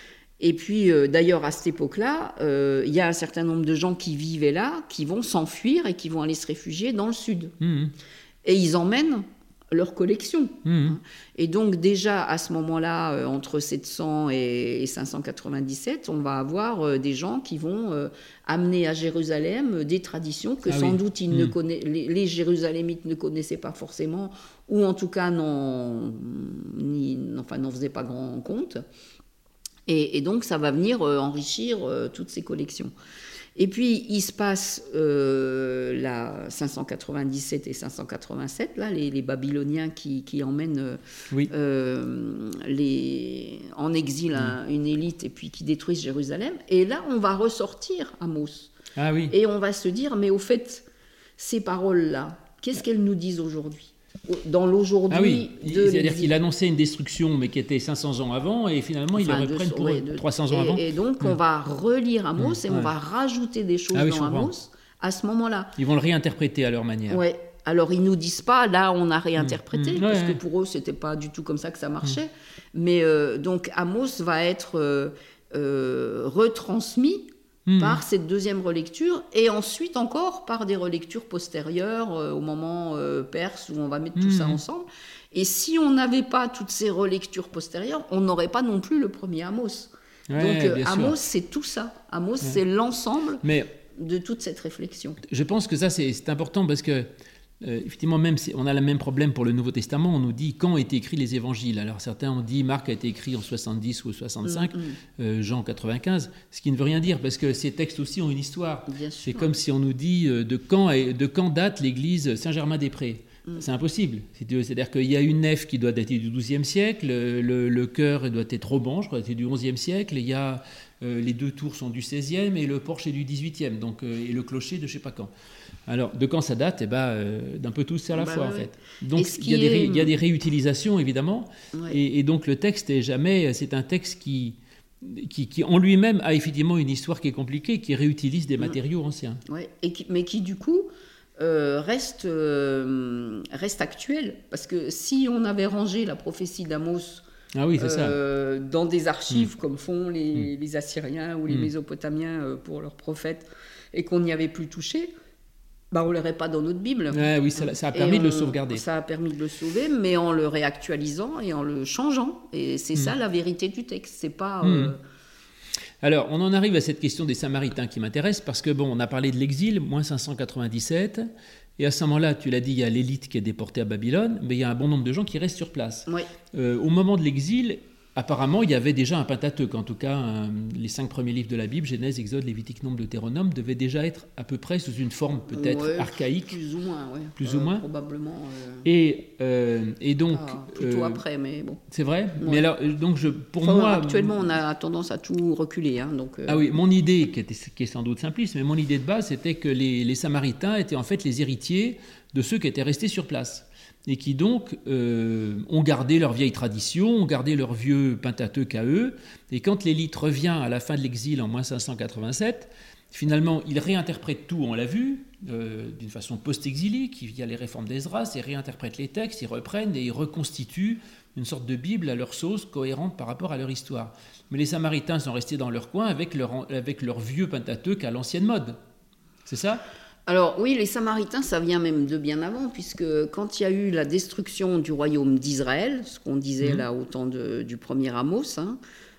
Et puis, euh, d'ailleurs, à cette époque-là, euh, il y a un certain nombre de gens qui vivaient là, qui vont s'enfuir et qui vont aller se réfugier dans le sud. Mmh. Et ils emmènent leur collection. Mmh. Et donc, déjà, à ce moment-là, euh, entre sept cents et cinq cent quatre-vingt-dix-sept, on va avoir euh, des gens qui vont euh, amener à Jérusalem euh, des traditions que ah sans oui. doute ils mmh. ne conna... les, les Jérusalémites ne connaissaient pas forcément, ou en tout cas n'en, ni, enfin, n'en faisaient pas grand compte. Et, et donc, ça va venir euh, enrichir euh, toutes ces collections. Et puis, il se passe euh, la cinq cent quatre-vingt-dix-sept et cinq cent quatre-vingt-sept, là, les, les Babyloniens qui, qui emmènent euh, oui. euh, les, en exil un, une élite et puis qui détruisent Jérusalem. Et là, on va ressortir Amos. Ah oui. Et on va se dire, mais au fait, ces paroles-là, qu'est-ce qu'elles nous disent aujourd'hui ? Dans l'aujourd'hui ah oui. de C'est-à-dire l'exil. qu'il annonçait une destruction, mais qui était cinq cents ans avant, et finalement, enfin, ils le reprennent pour ouais, de, trois cents ans et, avant. Et donc, mmh. on va relire Amos, mmh. et on ouais. va rajouter des choses ah oui, dans Amos à ce moment-là. Ils vont le réinterpréter à leur manière. Ouais. Alors, ils ne nous disent pas, là, on a réinterprété, mmh. parce ouais, que pour eux, ce n'était pas du tout comme ça que ça marchait. Mmh. Mais euh, donc, Amos va être euh, euh, retransmis Mmh. par cette deuxième relecture, et ensuite encore par des relectures postérieures euh, au moment euh, perse où on va mettre mmh. tout ça ensemble. Et si on n'avait pas toutes ces relectures postérieures, on n'aurait pas non plus le premier Amos. Ouais, Donc euh, Amos, sûr. c'est tout ça. Amos, ouais. c'est l'ensemble Mais de toute cette réflexion. Je pense que ça, c'est, c'est important parce que Euh, effectivement, même si on a le même problème pour le Nouveau Testament, on nous dit quand ont été écrits les évangiles. Alors certains ont dit Marc a été écrit en soixante-dix ou soixante-cinq, mmh, mmh. Euh, Jean en quatre-vingt-quinze, ce qui ne veut rien dire parce que ces textes aussi ont une histoire. Bien c'est sûr. comme si on nous dit euh, de, quand, de quand date l'église Saint-Germain-des-Prés. Mmh. C'est impossible. C'est-à-dire qu'il y a une nef qui doit dater du douzième siècle, le, le chœur doit être roman, je crois, c'est du onzième siècle, et il y a, euh, les deux tours sont du seizième et le porche est du dix-huitième, donc, euh, et le clocher de je ne sais pas quand. Alors, de quand ça date ? Eh ben, euh, d'un peu tous à la bah, fois, ouais. en fait. Donc, il y, a des ré, il y a des réutilisations, évidemment, ouais. et, et donc le texte est jamais... C'est un texte qui, qui, qui, en lui-même, a effectivement une histoire qui est compliquée, qui réutilise des matériaux ouais. anciens. Ouais. Et qui, mais qui, du coup, euh, reste, euh, reste actuel. Parce que si on avait rangé la prophétie d'Amos... Ah oui, c'est euh, ça. Dans des archives, mmh. comme font les, mmh. les Assyriens ou les mmh. Mésopotamiens pour leurs prophètes, et qu'on n'y avait plus touché... Bah, on ne l'aurait pas dans notre Bible. Ouais, oui, ça, ça a permis et de on, le sauvegarder. Ça a permis de le sauver, mais en le réactualisant et en le changeant. Et c'est mmh. ça la vérité du texte. C'est pas. Mmh. Euh... Alors, on en arrive à cette question des Samaritains qui m'intéresse parce que bon, on a parlé de l'exil, moins cinq cent quatre-vingt-dix-sept, et à ce moment-là, tu l'as dit, il y a l'élite qui est déportée à Babylone, mais il y a un bon nombre de gens qui restent sur place. Oui. Euh, au moment de l'exil. Apparemment, il y avait déjà un Pentateuque. En tout cas, un, les cinq premiers livres de la Bible, Genèse, Exode, Lévitique, Nombre, Deutéronome, devaient déjà être à peu près sous une forme peut-être ouais, archaïque. Plus ou moins, oui. Plus euh, ou moins. Probablement. Euh... Et, euh, et donc... Ah, plutôt euh, après, mais bon. C'est vrai ouais. Mais alors, donc je, pour enfin, moi... Actuellement, on a tendance à tout reculer. Hein, donc, euh... Ah oui, mon idée, qui, était, qui est sans doute simpliste, mais mon idée de base, c'était que les, les Samaritains étaient en fait les héritiers de ceux qui étaient restés sur place. Et qui donc euh, ont gardé leurs vieilles traditions, ont gardé leur vieux Pentateuque à eux. Et quand l'élite revient à la fin de l'exil en moins cinq cent quatre-vingt-sept, finalement, ils réinterprètent tout, on l'a vu, euh, d'une façon post-exilique. Il y a les réformes d'Esdras, ils réinterprètent les textes, ils reprennent et ils reconstituent une sorte de Bible à leur sauce, cohérente par rapport à leur histoire. Mais les Samaritains sont restés dans leur coin avec leur, avec leur vieux Pentateuque à l'ancienne mode. C'est ça ? Alors oui, les Samaritains, ça vient même de bien avant, puisque quand il y a eu la destruction du royaume d'Israël, ce qu'on disait mmh. là au temps de, du premier Amos, hein,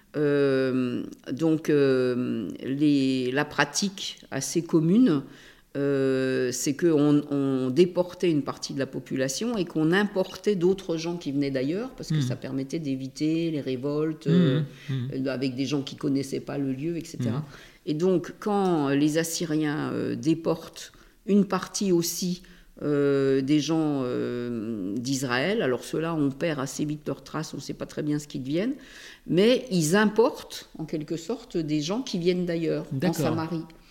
euh, donc euh, les, la pratique assez commune, euh, c'est qu'on on déportait une partie de la population et qu'on importait d'autres gens qui venaient d'ailleurs, parce que mmh. ça permettait d'éviter les révoltes mmh. Euh, mmh. avec des gens qui ne connaissaient pas le lieu, et cetera. Mmh. Et donc, quand les Assyriens euh, déportent une partie aussi euh, des gens euh, d'Israël, alors ceux-là, on perd assez vite leurs traces, on ne sait pas très bien ce qu'ils deviennent, mais ils importent, en quelque sorte, des gens qui viennent d'ailleurs, D'accord. en Samarie.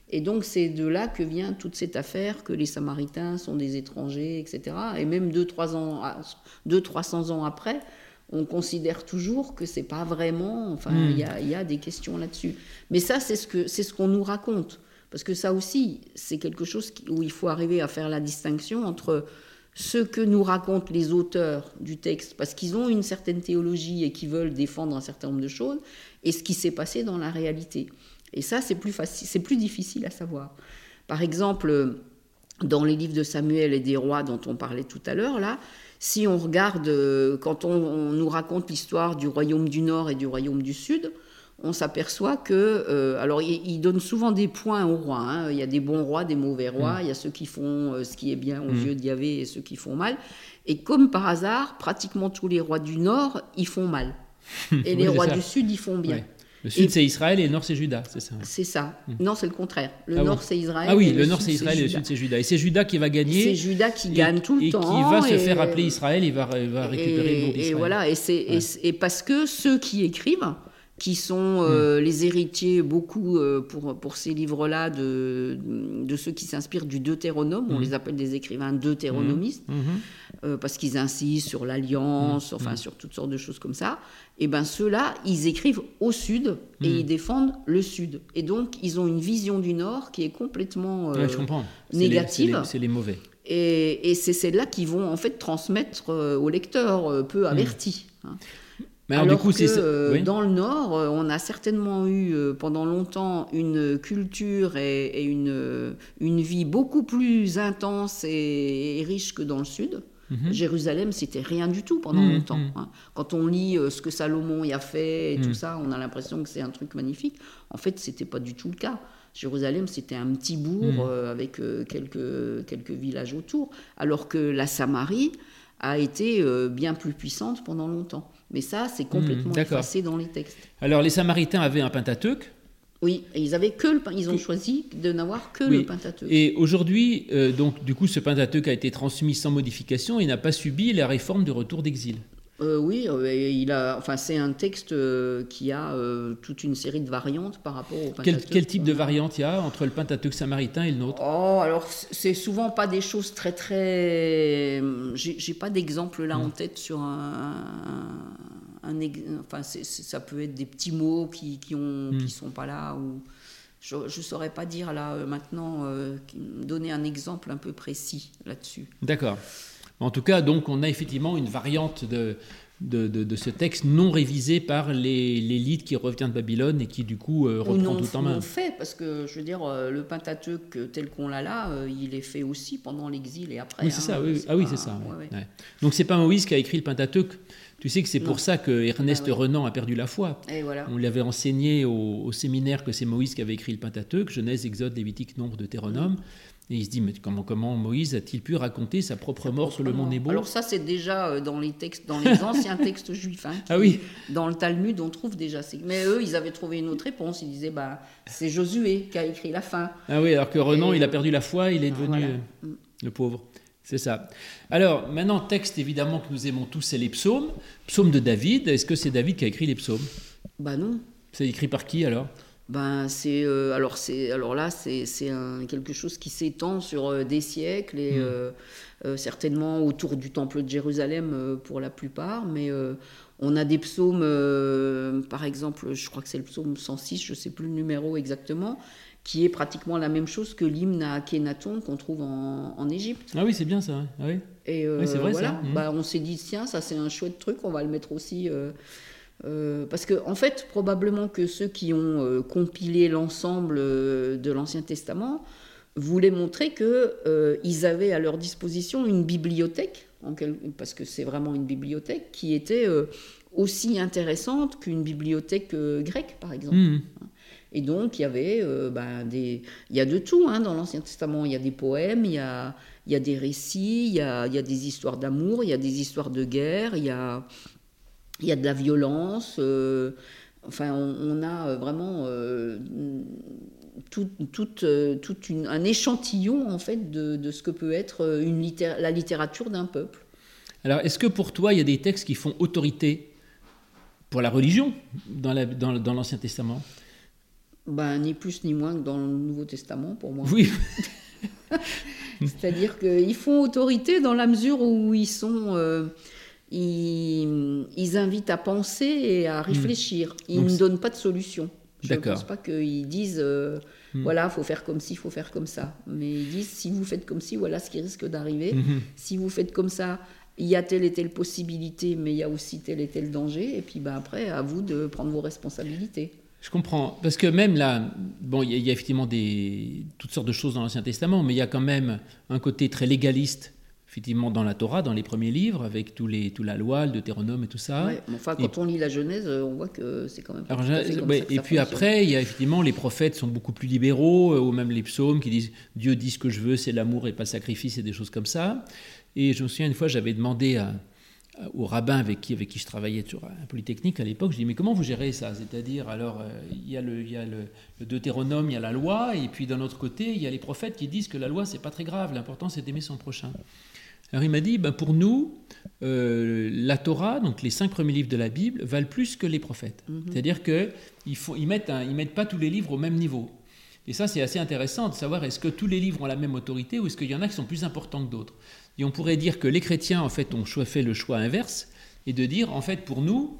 Et donc, c'est de là que vient toute cette affaire que les Samaritains sont des étrangers, et cetera. Et même deux, trois ans, deux, trois cents ans après, on considère toujours que c'est pas vraiment. Enfin, il mmh. y a, y a des questions là-dessus. Mais ça, c'est ce que, c'est ce qu'on nous raconte. Parce que ça aussi, c'est quelque chose qui, où il faut arriver à faire la distinction entre ce que nous racontent les auteurs du texte, parce qu'ils ont une certaine théologie et qui veulent défendre un certain nombre de choses, et ce qui s'est passé dans la réalité. Et ça, c'est plus facile, c'est plus difficile à savoir. Par exemple, dans les livres de Samuel et des rois dont on parlait tout à l'heure, là, si on regarde, quand on, on nous raconte l'histoire du royaume du Nord et du royaume du Sud, on s'aperçoit que... Euh, alors, il, il donne souvent des points aux rois. Hein. Il y a des bons rois, des mauvais rois. Mmh. Il y a ceux qui font euh, ce qui est bien aux mmh. yeux de Yahvé et ceux qui font mal. Et comme par hasard, pratiquement tous les rois du Nord, ils font mal. Et les oui, rois ça. du Sud, ils font bien. Ouais. Le Sud, et, c'est Israël et le Nord, c'est Juda, c'est ça? C'est ça. Mmh. Non, c'est le contraire. Le ah Nord, bon. c'est Israël. Ah oui, et le, le Nord, Sud, c'est Israël c'est et le Sud, c'est Juda. Et c'est Juda qui va gagner. C'est Juda qui gagne et, tout le et temps. Et qui va et, se faire appeler Israël, il va, il va récupérer et, le nom d'Israël. Et voilà, et, c'est, ouais. et, et parce que ceux qui écrivent, qui sont euh, mmh. les héritiers, beaucoup, euh, pour, pour ces livres-là, de, de ceux qui s'inspirent du Deutéronome, mmh. on les appelle des écrivains deutéronomistes, mmh. euh, parce qu'ils insistent sur l'alliance, mmh. enfin, mmh. sur toutes sortes de choses comme ça, et bien ceux-là, ils écrivent au Sud, et mmh. ils défendent le Sud. Et donc, ils ont une vision du Nord qui est complètement euh, ouais, je comprends. négative. C'est les, c'est les mauvais. Et, et c'est celle-là qui vont, en fait, transmettre euh, aux lecteurs euh, peu avertis. Mmh. Hein. Mais alors, alors du coup, que c'est... Euh, oui. dans le Nord, on a certainement eu euh, pendant longtemps une culture et, et une, une vie beaucoup plus intense et, et riche que dans le Sud. Mm-hmm. Jérusalem, c'était rien du tout pendant mm-hmm. longtemps. Hein. Quand on lit euh, ce que Salomon y a fait et mm-hmm. tout ça, on a l'impression que c'est un truc magnifique. En fait, c'était pas du tout le cas. Jérusalem, c'était un petit bourg mm-hmm. euh, avec euh, quelques, quelques villages autour, alors que la Samarie a été euh, bien plus puissante pendant longtemps. Mais ça, c'est complètement mmh, effacé dans les textes. Alors, les Samaritains avaient un Pentateuque. Oui, et ils avaient que le, ils ont choisi de n'avoir que oui. le Pentateuque. Et aujourd'hui, euh, donc, du coup, ce Pentateuque a été transmis sans modification et n'a pas subi la réforme du retour d'exil. Euh, oui, euh, il a, enfin, c'est un texte euh, qui a euh, toute une série de variantes par rapport au Pentateuque. Quel, quel type de variante il y a entre le Pentateuque samaritain et le nôtre? Oh, alors c'est souvent pas des choses très très. J'ai, j'ai pas d'exemple là mmh. en tête sur un. un, un enfin, c'est, c'est, ça peut être des petits mots qui qui ont mmh. qui sont pas là ou. Je ne saurais pas dire là euh, maintenant euh, donner un exemple un peu précis là-dessus. D'accord. En tout cas, donc, on a effectivement une variante de, de, de, de ce texte non révisé par les, l'élite qui revient de Babylone et qui, du coup, euh, reprend non, tout en main. Non fait, parce que, je veux dire, euh, le Pentateuque tel qu'on l'a là, euh, il est fait aussi pendant l'exil et après. Oui, c'est hein, ça. Oui, c'est ah oui, pas, c'est ça. Ouais, ouais. Ouais. Donc, c'est pas Moïse qui a écrit le Pentateuque. Tu sais que c'est non. pour ça que Ernest bah, ouais. Renan a perdu la foi. Et voilà. On lui avait enseigné au, au séminaire que c'est Moïse qui avait écrit le Pentateuque, Genèse, Exode, Lévitique, Nombre, Deutéronome. Mmh. Et il se dit, mais comment, comment Moïse a-t-il pu raconter sa propre sa mort propre sur le mont Nebo? Alors ça, c'est déjà dans les textes, dans les anciens textes juifs. Hein, qui, ah oui. Dans le Talmud, on trouve déjà. Mais eux, ils avaient trouvé une autre réponse. Ils disaient, bah, c'est Josué qui a écrit la fin. Ah oui, alors que Renan, Et... il a perdu la foi, il est devenu voilà. euh, le pauvre. C'est ça. Alors, maintenant, texte évidemment que nous aimons tous, c'est les psaumes. Psaume de David. Est-ce que c'est David qui a écrit les psaumes? Bah non. C'est écrit par qui alors? Ben, c'est, euh, alors, c'est, alors là, c'est, c'est un, quelque chose qui s'étend sur euh, des siècles et mmh. euh, euh, certainement autour du temple de Jérusalem euh, pour la plupart, mais euh, on a des psaumes, euh, par exemple, je crois que c'est le psaume cent six, je ne sais plus le numéro exactement, qui est pratiquement la même chose que l'hymne à Akhenaton qu'on trouve en, en Égypte. Ah oui, c'est bien ça. Ah oui. Et euh, oui, c'est vrai voilà, ça. Mmh. Ben, on s'est dit, tiens, ça c'est un chouette truc, on va le mettre aussi... Euh, Euh, parce que en fait, probablement que ceux qui ont euh, compilé l'ensemble euh, de l'Ancien Testament voulaient montrer qu'ils euh, avaient à leur disposition une bibliothèque, en quel... parce que c'est vraiment une bibliothèque, qui était euh, aussi intéressante qu'une bibliothèque euh, grecque, par exemple. Mmh. Et donc, il y avait euh, ben, des... il y a de tout hein, dans l'Ancien Testament. Il y a des poèmes, il y a, il y a des récits, il y a, il y a des histoires d'amour, il y a des histoires de guerre, il y a... Il y a de la violence, euh, enfin on, on a vraiment euh, tout, tout, euh, tout une, un échantillon en fait de, de ce que peut être une littér- la littérature d'un peuple. Alors est-ce que pour toi il y a des textes qui font autorité pour la religion dans, la, dans, dans l'Ancien Testament? Ben, ni plus ni moins que dans le Nouveau Testament, pour moi. Oui. C'est-à-dire qu'ils font autorité dans la mesure où ils sont... Euh, ils, ils invitent à penser et à réfléchir. Ils Donc, ne c'est... donnent pas de solution. Je D'accord. ne pense pas qu'ils disent, euh, mm. voilà, il faut faire comme ci, il faut faire comme ça. Mais ils disent, si vous faites comme ci, voilà ce qui risque d'arriver. Mm-hmm. Si vous faites comme ça, il y a telle et telle possibilité, mais il y a aussi tel et tel danger. Et puis ben, après, à vous de prendre vos responsabilités. Je comprends. Parce que même là, bon, il y, y a effectivement des, toutes sortes de choses dans l'Ancien Testament, mais il y a quand même un côté très légaliste, effectivement, dans la Torah, dans les premiers livres, avec tous les, toute la loi, le Deutéronome et tout ça. Ouais, enfin, quand et, on lit la Genèse, on voit que c'est quand même pas alors, tout à fait comme ouais, ça que et ça puis fonctionne. après, il y a effectivement, les prophètes sont beaucoup plus libéraux, ou même les psaumes qui disent « Dieu dit ce que je veux, c'est l'amour et pas le sacrifice » et des choses comme ça. Et je me souviens, une fois, j'avais demandé à... au rabbin avec qui, avec qui je travaillais sur un Polytechnique à l'époque, je dis mais comment vous gérez ça ? C'est-à-dire, alors, il euh, y a, le, y a le, le Deutéronome, il y a la loi, et puis d'un autre côté, il y a les prophètes qui disent que la loi, c'est pas très grave, l'important, c'est d'aimer son prochain. Alors il m'a dit, ben, pour nous, euh, la Torah, donc les cinq premiers livres de la Bible, valent plus que les prophètes. Mm-hmm. C'est-à-dire qu'ils ils mettent, un, ils mettent pas tous les livres au même niveau. Et ça, c'est assez intéressant de savoir est-ce que tous les livres ont la même autorité ou est-ce qu'il y en a qui sont plus importants que d'autres. Et on pourrait dire que les chrétiens, en fait, ont fait le choix inverse et de dire, en fait, pour nous,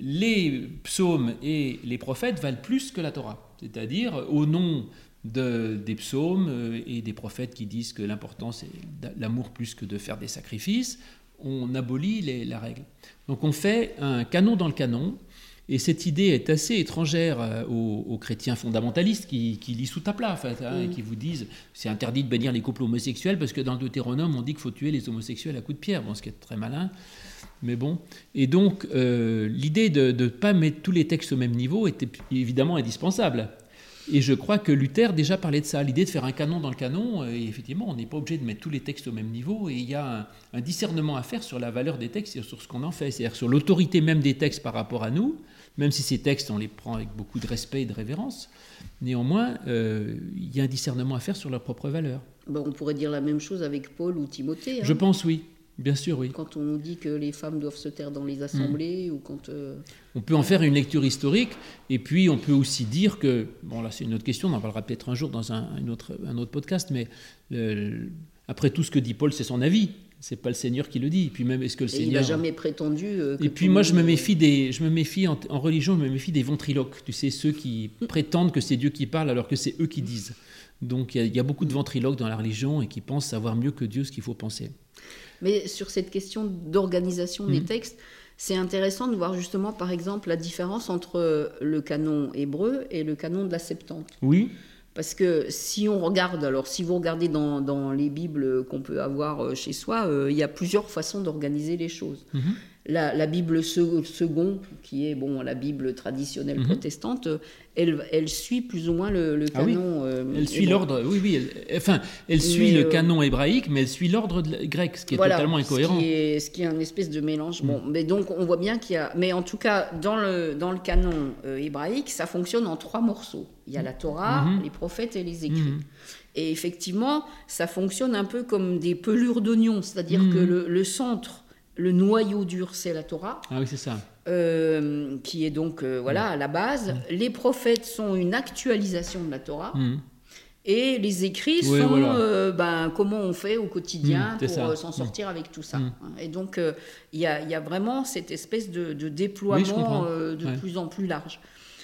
les psaumes et les prophètes valent plus que la Torah. C'est-à-dire, au nom de, des psaumes et des prophètes qui disent que l'important, c'est l'amour plus que de faire des sacrifices, on abolit les, la règle. Donc on fait un canon dans le canon. Et cette idée est assez étrangère aux, aux chrétiens fondamentalistes qui, qui lisent sous à plat, en fait, hein, mmh. et qui vous disent c'est interdit de bénir les couples homosexuels parce que dans le Deutéronome on dit qu'il faut tuer les homosexuels à coups de pierre, bon, ce qui est très malin, mais bon. Et donc euh, l'idée de ne pas mettre tous les textes au même niveau était évidemment indispensable. Et je crois que Luther déjà parlait de ça, l'idée de faire un canon dans le canon, et effectivement on n'est pas obligé de mettre tous les textes au même niveau, et il y a un, un discernement à faire sur la valeur des textes et sur ce qu'on en fait, c'est-à-dire sur l'autorité même des textes par rapport à nous, même si ces textes on les prend avec beaucoup de respect et de révérence, néanmoins euh, il y a un discernement à faire sur leur propre valeur. Bon, on pourrait dire la même chose avec Paul ou Timothée. Hein. Je pense oui. Bien sûr, oui. Quand on nous dit que les femmes doivent se taire dans les assemblées, mmh. ou quand... Euh... On peut en faire une lecture historique, et puis on peut aussi dire que... Bon, là, c'est une autre question, on en parlera peut-être un jour dans un, un, autre, un autre podcast, mais le, après tout ce que dit Paul, c'est son avis. C'est pas le Seigneur qui le dit. Et puis même, est-ce que le et Seigneur... il n'a jamais prétendu... Euh, que et puis moi, je me méfie des... Je me méfie, en, en religion, je me méfie des ventriloques. Tu sais, ceux qui mmh. prétendent que c'est Dieu qui parle, alors que c'est eux qui disent. Donc, il y, y a beaucoup de ventriloques dans la religion, et qui pensent savoir mieux que Dieu ce qu'il faut penser. Mais sur cette question d'organisation mmh. des textes, c'est intéressant de voir justement, par exemple, la différence entre le canon hébreu et le canon de la Septante. Oui. Parce que si on regarde, alors si vous regardez dans, dans les Bibles qu'on peut avoir chez soi, euh, il y a plusieurs façons d'organiser les choses. Mmh. La, la Bible second, qui est bon, la Bible traditionnelle mmh. protestante, elle, elle suit plus ou moins le, le canon. Ah oui. euh, elle suit hébreu. l'ordre, oui, oui. Elle, enfin, elle suit mais, le canon hébraïque, mais elle suit l'ordre grec, ce qui est voilà, totalement incohérent. Ce qui est, ce qui est un espèce de mélange. Mmh. Bon, mais donc on voit bien qu'il y a. Mais en tout cas, dans le, dans le canon euh, hébraïque, ça fonctionne en trois morceaux. Il y a la Torah, mmh. les prophètes et les écrits. Mmh. Et effectivement, ça fonctionne un peu comme des pelures d'oignons, c'est-à-dire mmh. que le, le centre. Le noyau dur, c'est la Torah. Ah oui, c'est ça. Euh, qui est donc, euh, voilà, à la base. Mmh. Les prophètes sont une actualisation de la Torah. Mmh. Et les écrits oui, sont voilà. euh, ben, comment on fait au quotidien mmh, pour euh, s'en sortir mmh. avec tout ça. Mmh. Et donc, il euh, y, y a vraiment cette espèce de, de déploiement oui, euh, de ouais. plus en plus large.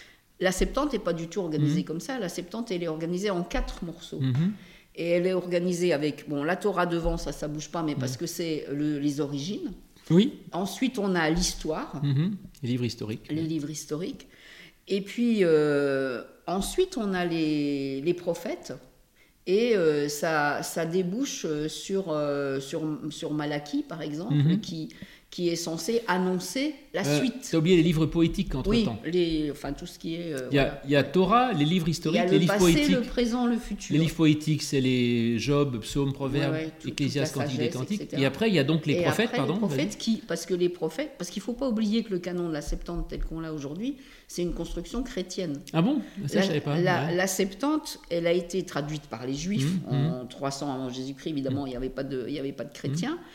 La Septante n'est pas du tout organisée mmh. comme ça. La Septante, elle est organisée en quatre morceaux. Mmh. Et elle est organisée avec, bon, la Torah devant, ça, ça bouge pas, mais parce que c'est le, les origines. Oui. Ensuite, on a l'histoire. Mm-hmm. Les livres historiques. Les livres historiques. Et puis, euh, ensuite, on a les, les prophètes. Et euh, ça, ça débouche sur, euh, sur, sur Malachie, par exemple, mm-hmm. qui... qui est censé annoncer la euh, suite. Tu as oublié les livres poétiques entre-temps. Oui, les, enfin tout ce qui est... Euh, il y a, voilà. il y a Torah, les livres historiques, les livres poétiques. Il y a le passé, le présent, le futur. Les livres poétiques, c'est les Job, Psaumes, Proverbes, ouais, ouais, Ecclésiaste, Cantique des Cantiques. Et après, il y a donc les et prophètes, après, pardon. Les prophètes qui, parce que les prophètes, parce qu'il ne faut pas oublier que le canon de la Septante tel qu'on l'a aujourd'hui, c'est une construction chrétienne. Ah bon ? Ça, la, je savais pas. La, ouais. la Septante, elle a été traduite par les Juifs mmh, en mmh. trois cents avant Jésus-Christ. Évidemment, mmh. il n'y avait pas de, il y avait pas de chrétiens. Mmh.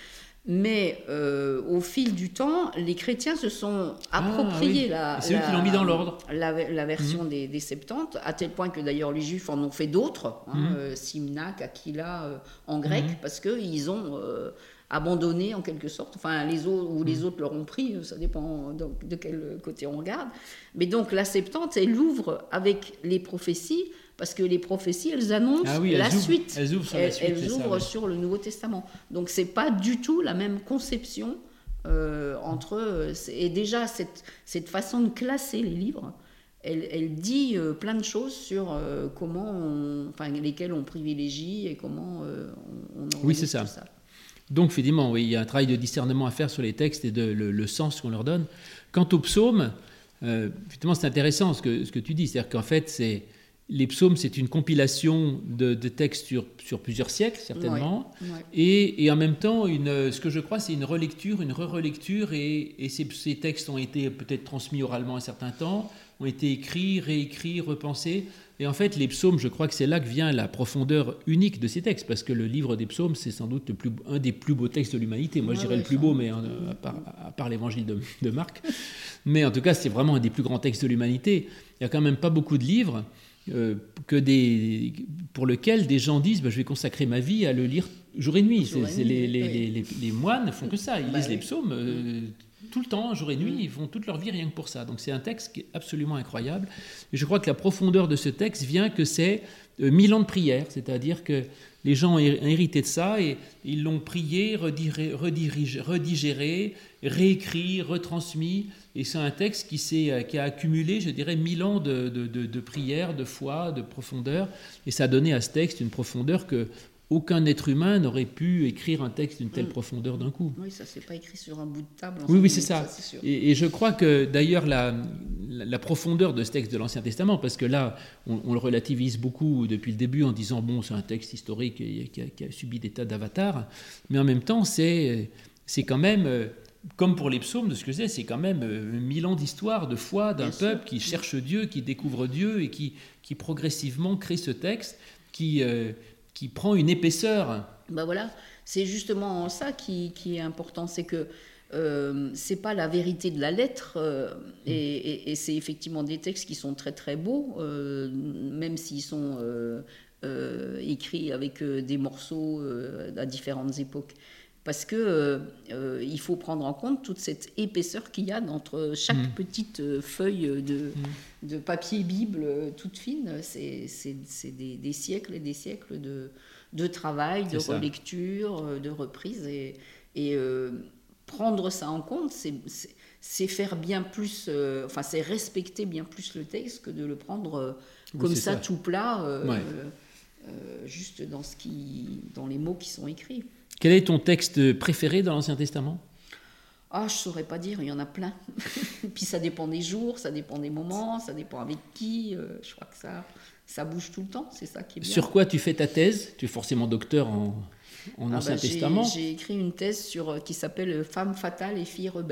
Mais euh, au fil du temps, les chrétiens se sont appropriés ah, oui. la, c'est la, eux qui l'ont mis dans l'ordre. La, la version mmh. des, des Septante, à tel point que d'ailleurs les Juifs en ont fait d'autres, hein, mmh. euh, Simnac, Aquila, euh, en grec, mmh. parce qu'ils ont euh, abandonné en quelque sorte, enfin les autres, ou les mmh. autres leur ont pris, ça dépend de, de quel côté on regarde. Mais donc la Septante, elle ouvre avec les prophéties, parce que les prophéties, elles annoncent ah oui, elles la, ouvrent, suite. Elles ouvrent sur la suite. Elles, elles ouvrent ça, ouais. sur le Nouveau Testament. Donc, ce n'est pas du tout la même conception euh, entre... Et déjà, cette, cette façon de classer les livres, elle, elle dit euh, plein de choses sur euh, comment... On, enfin, lesquelles on privilégie et comment euh, on, on oui, c'est ça. ça. Donc, effectivement, oui, il y a un travail de discernement à faire sur les textes et de, le, le sens qu'on leur donne. Quant aux psaumes, euh, effectivement, c'est intéressant ce que, ce que tu dis. C'est-à-dire qu'en fait, c'est... Les psaumes, c'est une compilation de, de textes sur, sur plusieurs siècles, certainement, ouais, ouais. Et, et en même temps, une, ce que je crois, c'est une relecture, une re-relecture, et, et ces, ces textes ont été peut-être transmis oralement un certain temps, ont été écrits, réécrits, repensés, et en fait, les psaumes, je crois que c'est là que vient la profondeur unique de ces textes, parce que le livre des psaumes, c'est sans doute le plus, un des plus beaux textes de l'humanité. Moi, ouais, je dirais ouais, le plus beau, mais à part, à part l'évangile de, de Marc. Mais en tout cas, c'est vraiment un des plus grands textes de l'humanité. Il n'y a quand même pas beaucoup de livres Euh, que des, pour lequel des gens disent bah, je vais consacrer ma vie à le lire jour et nuit. Jour c'est, et c'est nuit les, les, oui. les, les, les moines font que ça, ils bah, lisent oui. les psaumes euh, tout le temps, jour et nuit, ils font toute leur vie rien que pour ça. Donc c'est un texte qui est absolument incroyable. Et je crois que la profondeur de ce texte vient que c'est euh, mille ans de prière, c'est-à-dire que les gens ont hérité de ça et ils l'ont prié, redirigé, redirigé, redigéré, réécrit, retransmis. Et c'est un texte qui, s'est, qui a accumulé, je dirais, mille ans de, de, de, de prière, de foi, de profondeur. Et ça a donné à ce texte une profondeur que aucun être humain n'aurait pu écrire un texte d'une telle mmh. profondeur d'un coup. Oui, ça ne s'est pas écrit sur un bout de table. Oui, oui, c'est ça. ça c'est sûr. Et, et je crois que d'ailleurs la, la, la profondeur de ce texte de l'Ancien Testament, parce que là, on, on le relativise beaucoup depuis le début en disant bon, c'est un texte historique qui a, qui a subi des tas d'avatars, mais en même temps, c'est, c'est quand même, comme pour les psaumes, de ce que c'est, c'est quand même mille ans d'histoire, de foi d'un Bien peuple sûr. qui cherche Dieu, qui découvre Dieu et qui, qui progressivement crée ce texte qui... Euh, qui prend une épaisseur. Ben voilà, c'est justement ça qui, qui est important, c'est que euh, c'est pas la vérité de la lettre, euh, et, et, et c'est effectivement des textes qui sont très très beaux, euh, même s'ils sont euh, euh, écrits avec euh, des morceaux euh, à différentes époques. Parce que euh, euh, il faut prendre en compte toute cette épaisseur qu'il y a entre chaque mmh. petite euh, feuille de, mmh. de papier Bible euh, toute fine. C'est, c'est, c'est des, des siècles et des siècles de, de travail, c'est de ça. relecture, euh, de reprise. Et, et euh, prendre ça en compte, c'est, c'est, c'est faire bien plus, euh, enfin c'est respecter bien plus le texte que de le prendre euh, comme oui, ça, ça tout plat, euh, ouais. euh, juste dans, ce qui, dans les mots qui sont écrits. Quel est ton texte préféré dans l'Ancien Testament ? Ah, je ne saurais pas dire, il y en a plein. Puis ça dépend des jours, ça dépend des moments, ça dépend avec qui. Euh, je crois que ça, ça bouge tout le temps, c'est ça qui est bien. Sur quoi tu fais ta thèse ? Tu es forcément docteur en, en ah Ancien bah, Testament. J'ai, j'ai écrit une thèse sur, qui s'appelle « Femmes fatales et filles rebelles »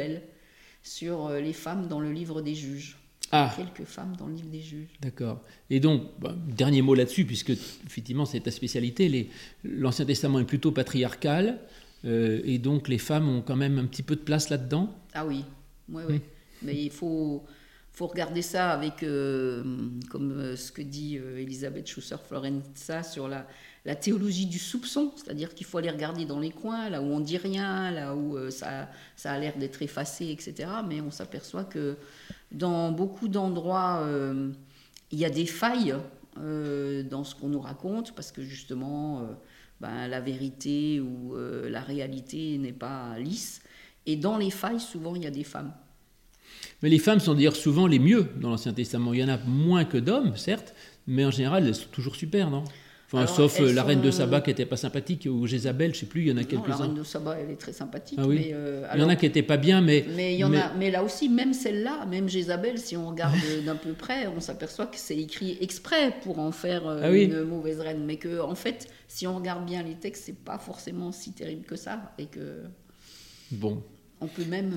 sur les femmes dans le livre des juges. Ah. Quelques femmes dans le livre des juges. D'accord. Et donc, bah, dernier mot là-dessus, puisque effectivement c'est ta spécialité, les, l'Ancien Testament est plutôt patriarcal, euh, et donc les femmes ont quand même un petit peu de place là-dedans. Ah oui, oui, oui. Mmh. Mais il faut, faut regarder ça avec, euh, comme euh, ce que dit euh, Elisabeth Schusser-Florenza sur la, la théologie du soupçon, c'est-à-dire qu'il faut aller regarder dans les coins, là où on dit rien, là où euh, ça, ça a l'air d'être effacé, et cetera. Mais on s'aperçoit que dans beaucoup d'endroits, euh, il y a des failles euh, dans ce qu'on nous raconte, parce que justement, euh, ben, la vérité ou euh, la réalité n'est pas lisse. Et dans les failles, souvent, il y a des femmes. Mais les femmes sont d'ailleurs souvent les mieux dans l'Ancien Testament. Il y en a moins que d'hommes, certes, mais en général, elles sont toujours super, non ? Enfin, alors, sauf la sont... reine de Saba qui n'était pas sympathique, ou Jézabel, je ne sais plus, il y en a quelques-uns. Non, la reine de Saba, elle est très sympathique. Ah oui. mais, euh, alors... Il y en a qui n'étaient pas bien, mais... Mais, il y en mais... A... mais là aussi, même celle-là, même Jézabel, si on regarde d'un peu près, on s'aperçoit que c'est écrit exprès pour en faire euh, ah oui. une mauvaise reine. Mais que, en fait, si on regarde bien les textes, ce n'est pas forcément si terrible que ça. Et que... Bon. On peut même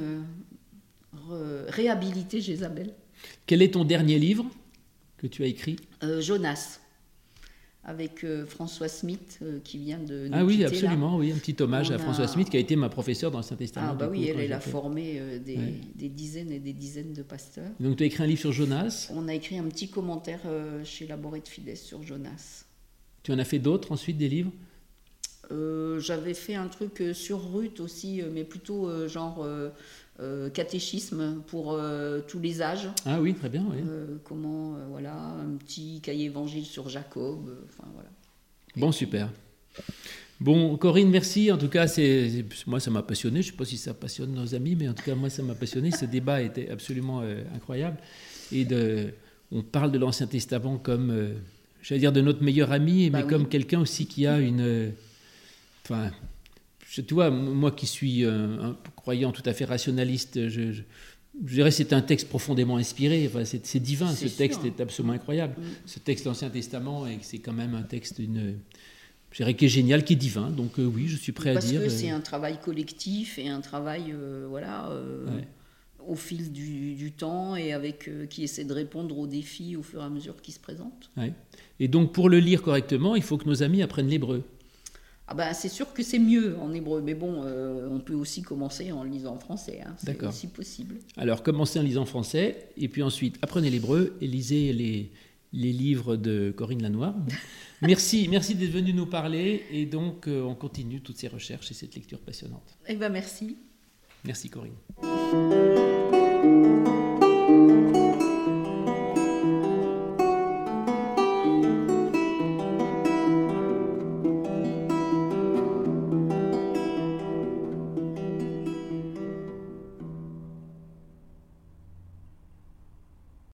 euh, ré- réhabiliter Jézabel. Quel est ton dernier livre que tu as écrit ? euh, Jonas. avec euh, François Smith euh, qui vient de nous Ah oui, quitter, absolument, là. oui, un petit hommage On à François a... Smith qui a été ma professeure dans l'Ancien Testament. Ah bah oui, coup, elle, elle a fait. formé euh, des, ouais. des dizaines et des dizaines de pasteurs. Donc tu as écrit un livre sur Jonas. On a écrit un petit commentaire euh, chez Laboré de Fides sur Jonas. Tu en as fait d'autres ensuite, des livres? euh, J'avais fait un truc sur Ruth aussi, mais plutôt euh, genre euh, euh, catéchisme pour euh, tous les âges. Ah oui, très bien, oui. Euh, comment, euh, voilà, un petit cahier évangile sur Jacob, euh, enfin voilà. Bon, super. Bon, Corinne, merci. En tout cas, c'est, c'est, moi, ça m'a passionné. Je ne sais pas si ça passionne nos amis, mais en tout cas, moi, ça m'a passionné. Ce débat était absolument euh, incroyable. Et de, on parle de l'Ancien Testament comme, euh, j'allais dire, de notre meilleur ami, bah mais oui. comme quelqu'un aussi qui a une... Euh, enfin, je, tu vois, moi qui suis un, un croyant tout à fait rationaliste, je, je, je dirais que c'est un texte profondément inspiré. Enfin, c'est, c'est divin, c'est ce texte sûr. est absolument incroyable. Mm. Ce texte de l'Ancien Testament, et c'est quand même un texte d'une... Je dirais qui est génial, qui est divin. Donc euh, oui, je suis prêt Parce à dire... Parce que euh... c'est un travail collectif et un travail, euh, voilà, euh, ouais. au fil du, du temps et avec euh, qui essaie de répondre aux défis au fur et à mesure qui se présentent. Ouais. Et donc pour le lire correctement, il faut que nos amis apprennent l'hébreu. Ah ben, c'est sûr que c'est mieux en hébreu, mais bon, euh, on peut aussi commencer en lisant en français, hein, c'est D'accord. aussi possible. Alors commencez en lisant français, et puis ensuite apprenez l'hébreu et lisez les, les livres de Corinne Lanoir. Merci, merci d'être venu nous parler, et donc euh, on continue toutes ces recherches et cette lecture passionnante. Eh ben merci. Merci Corinne.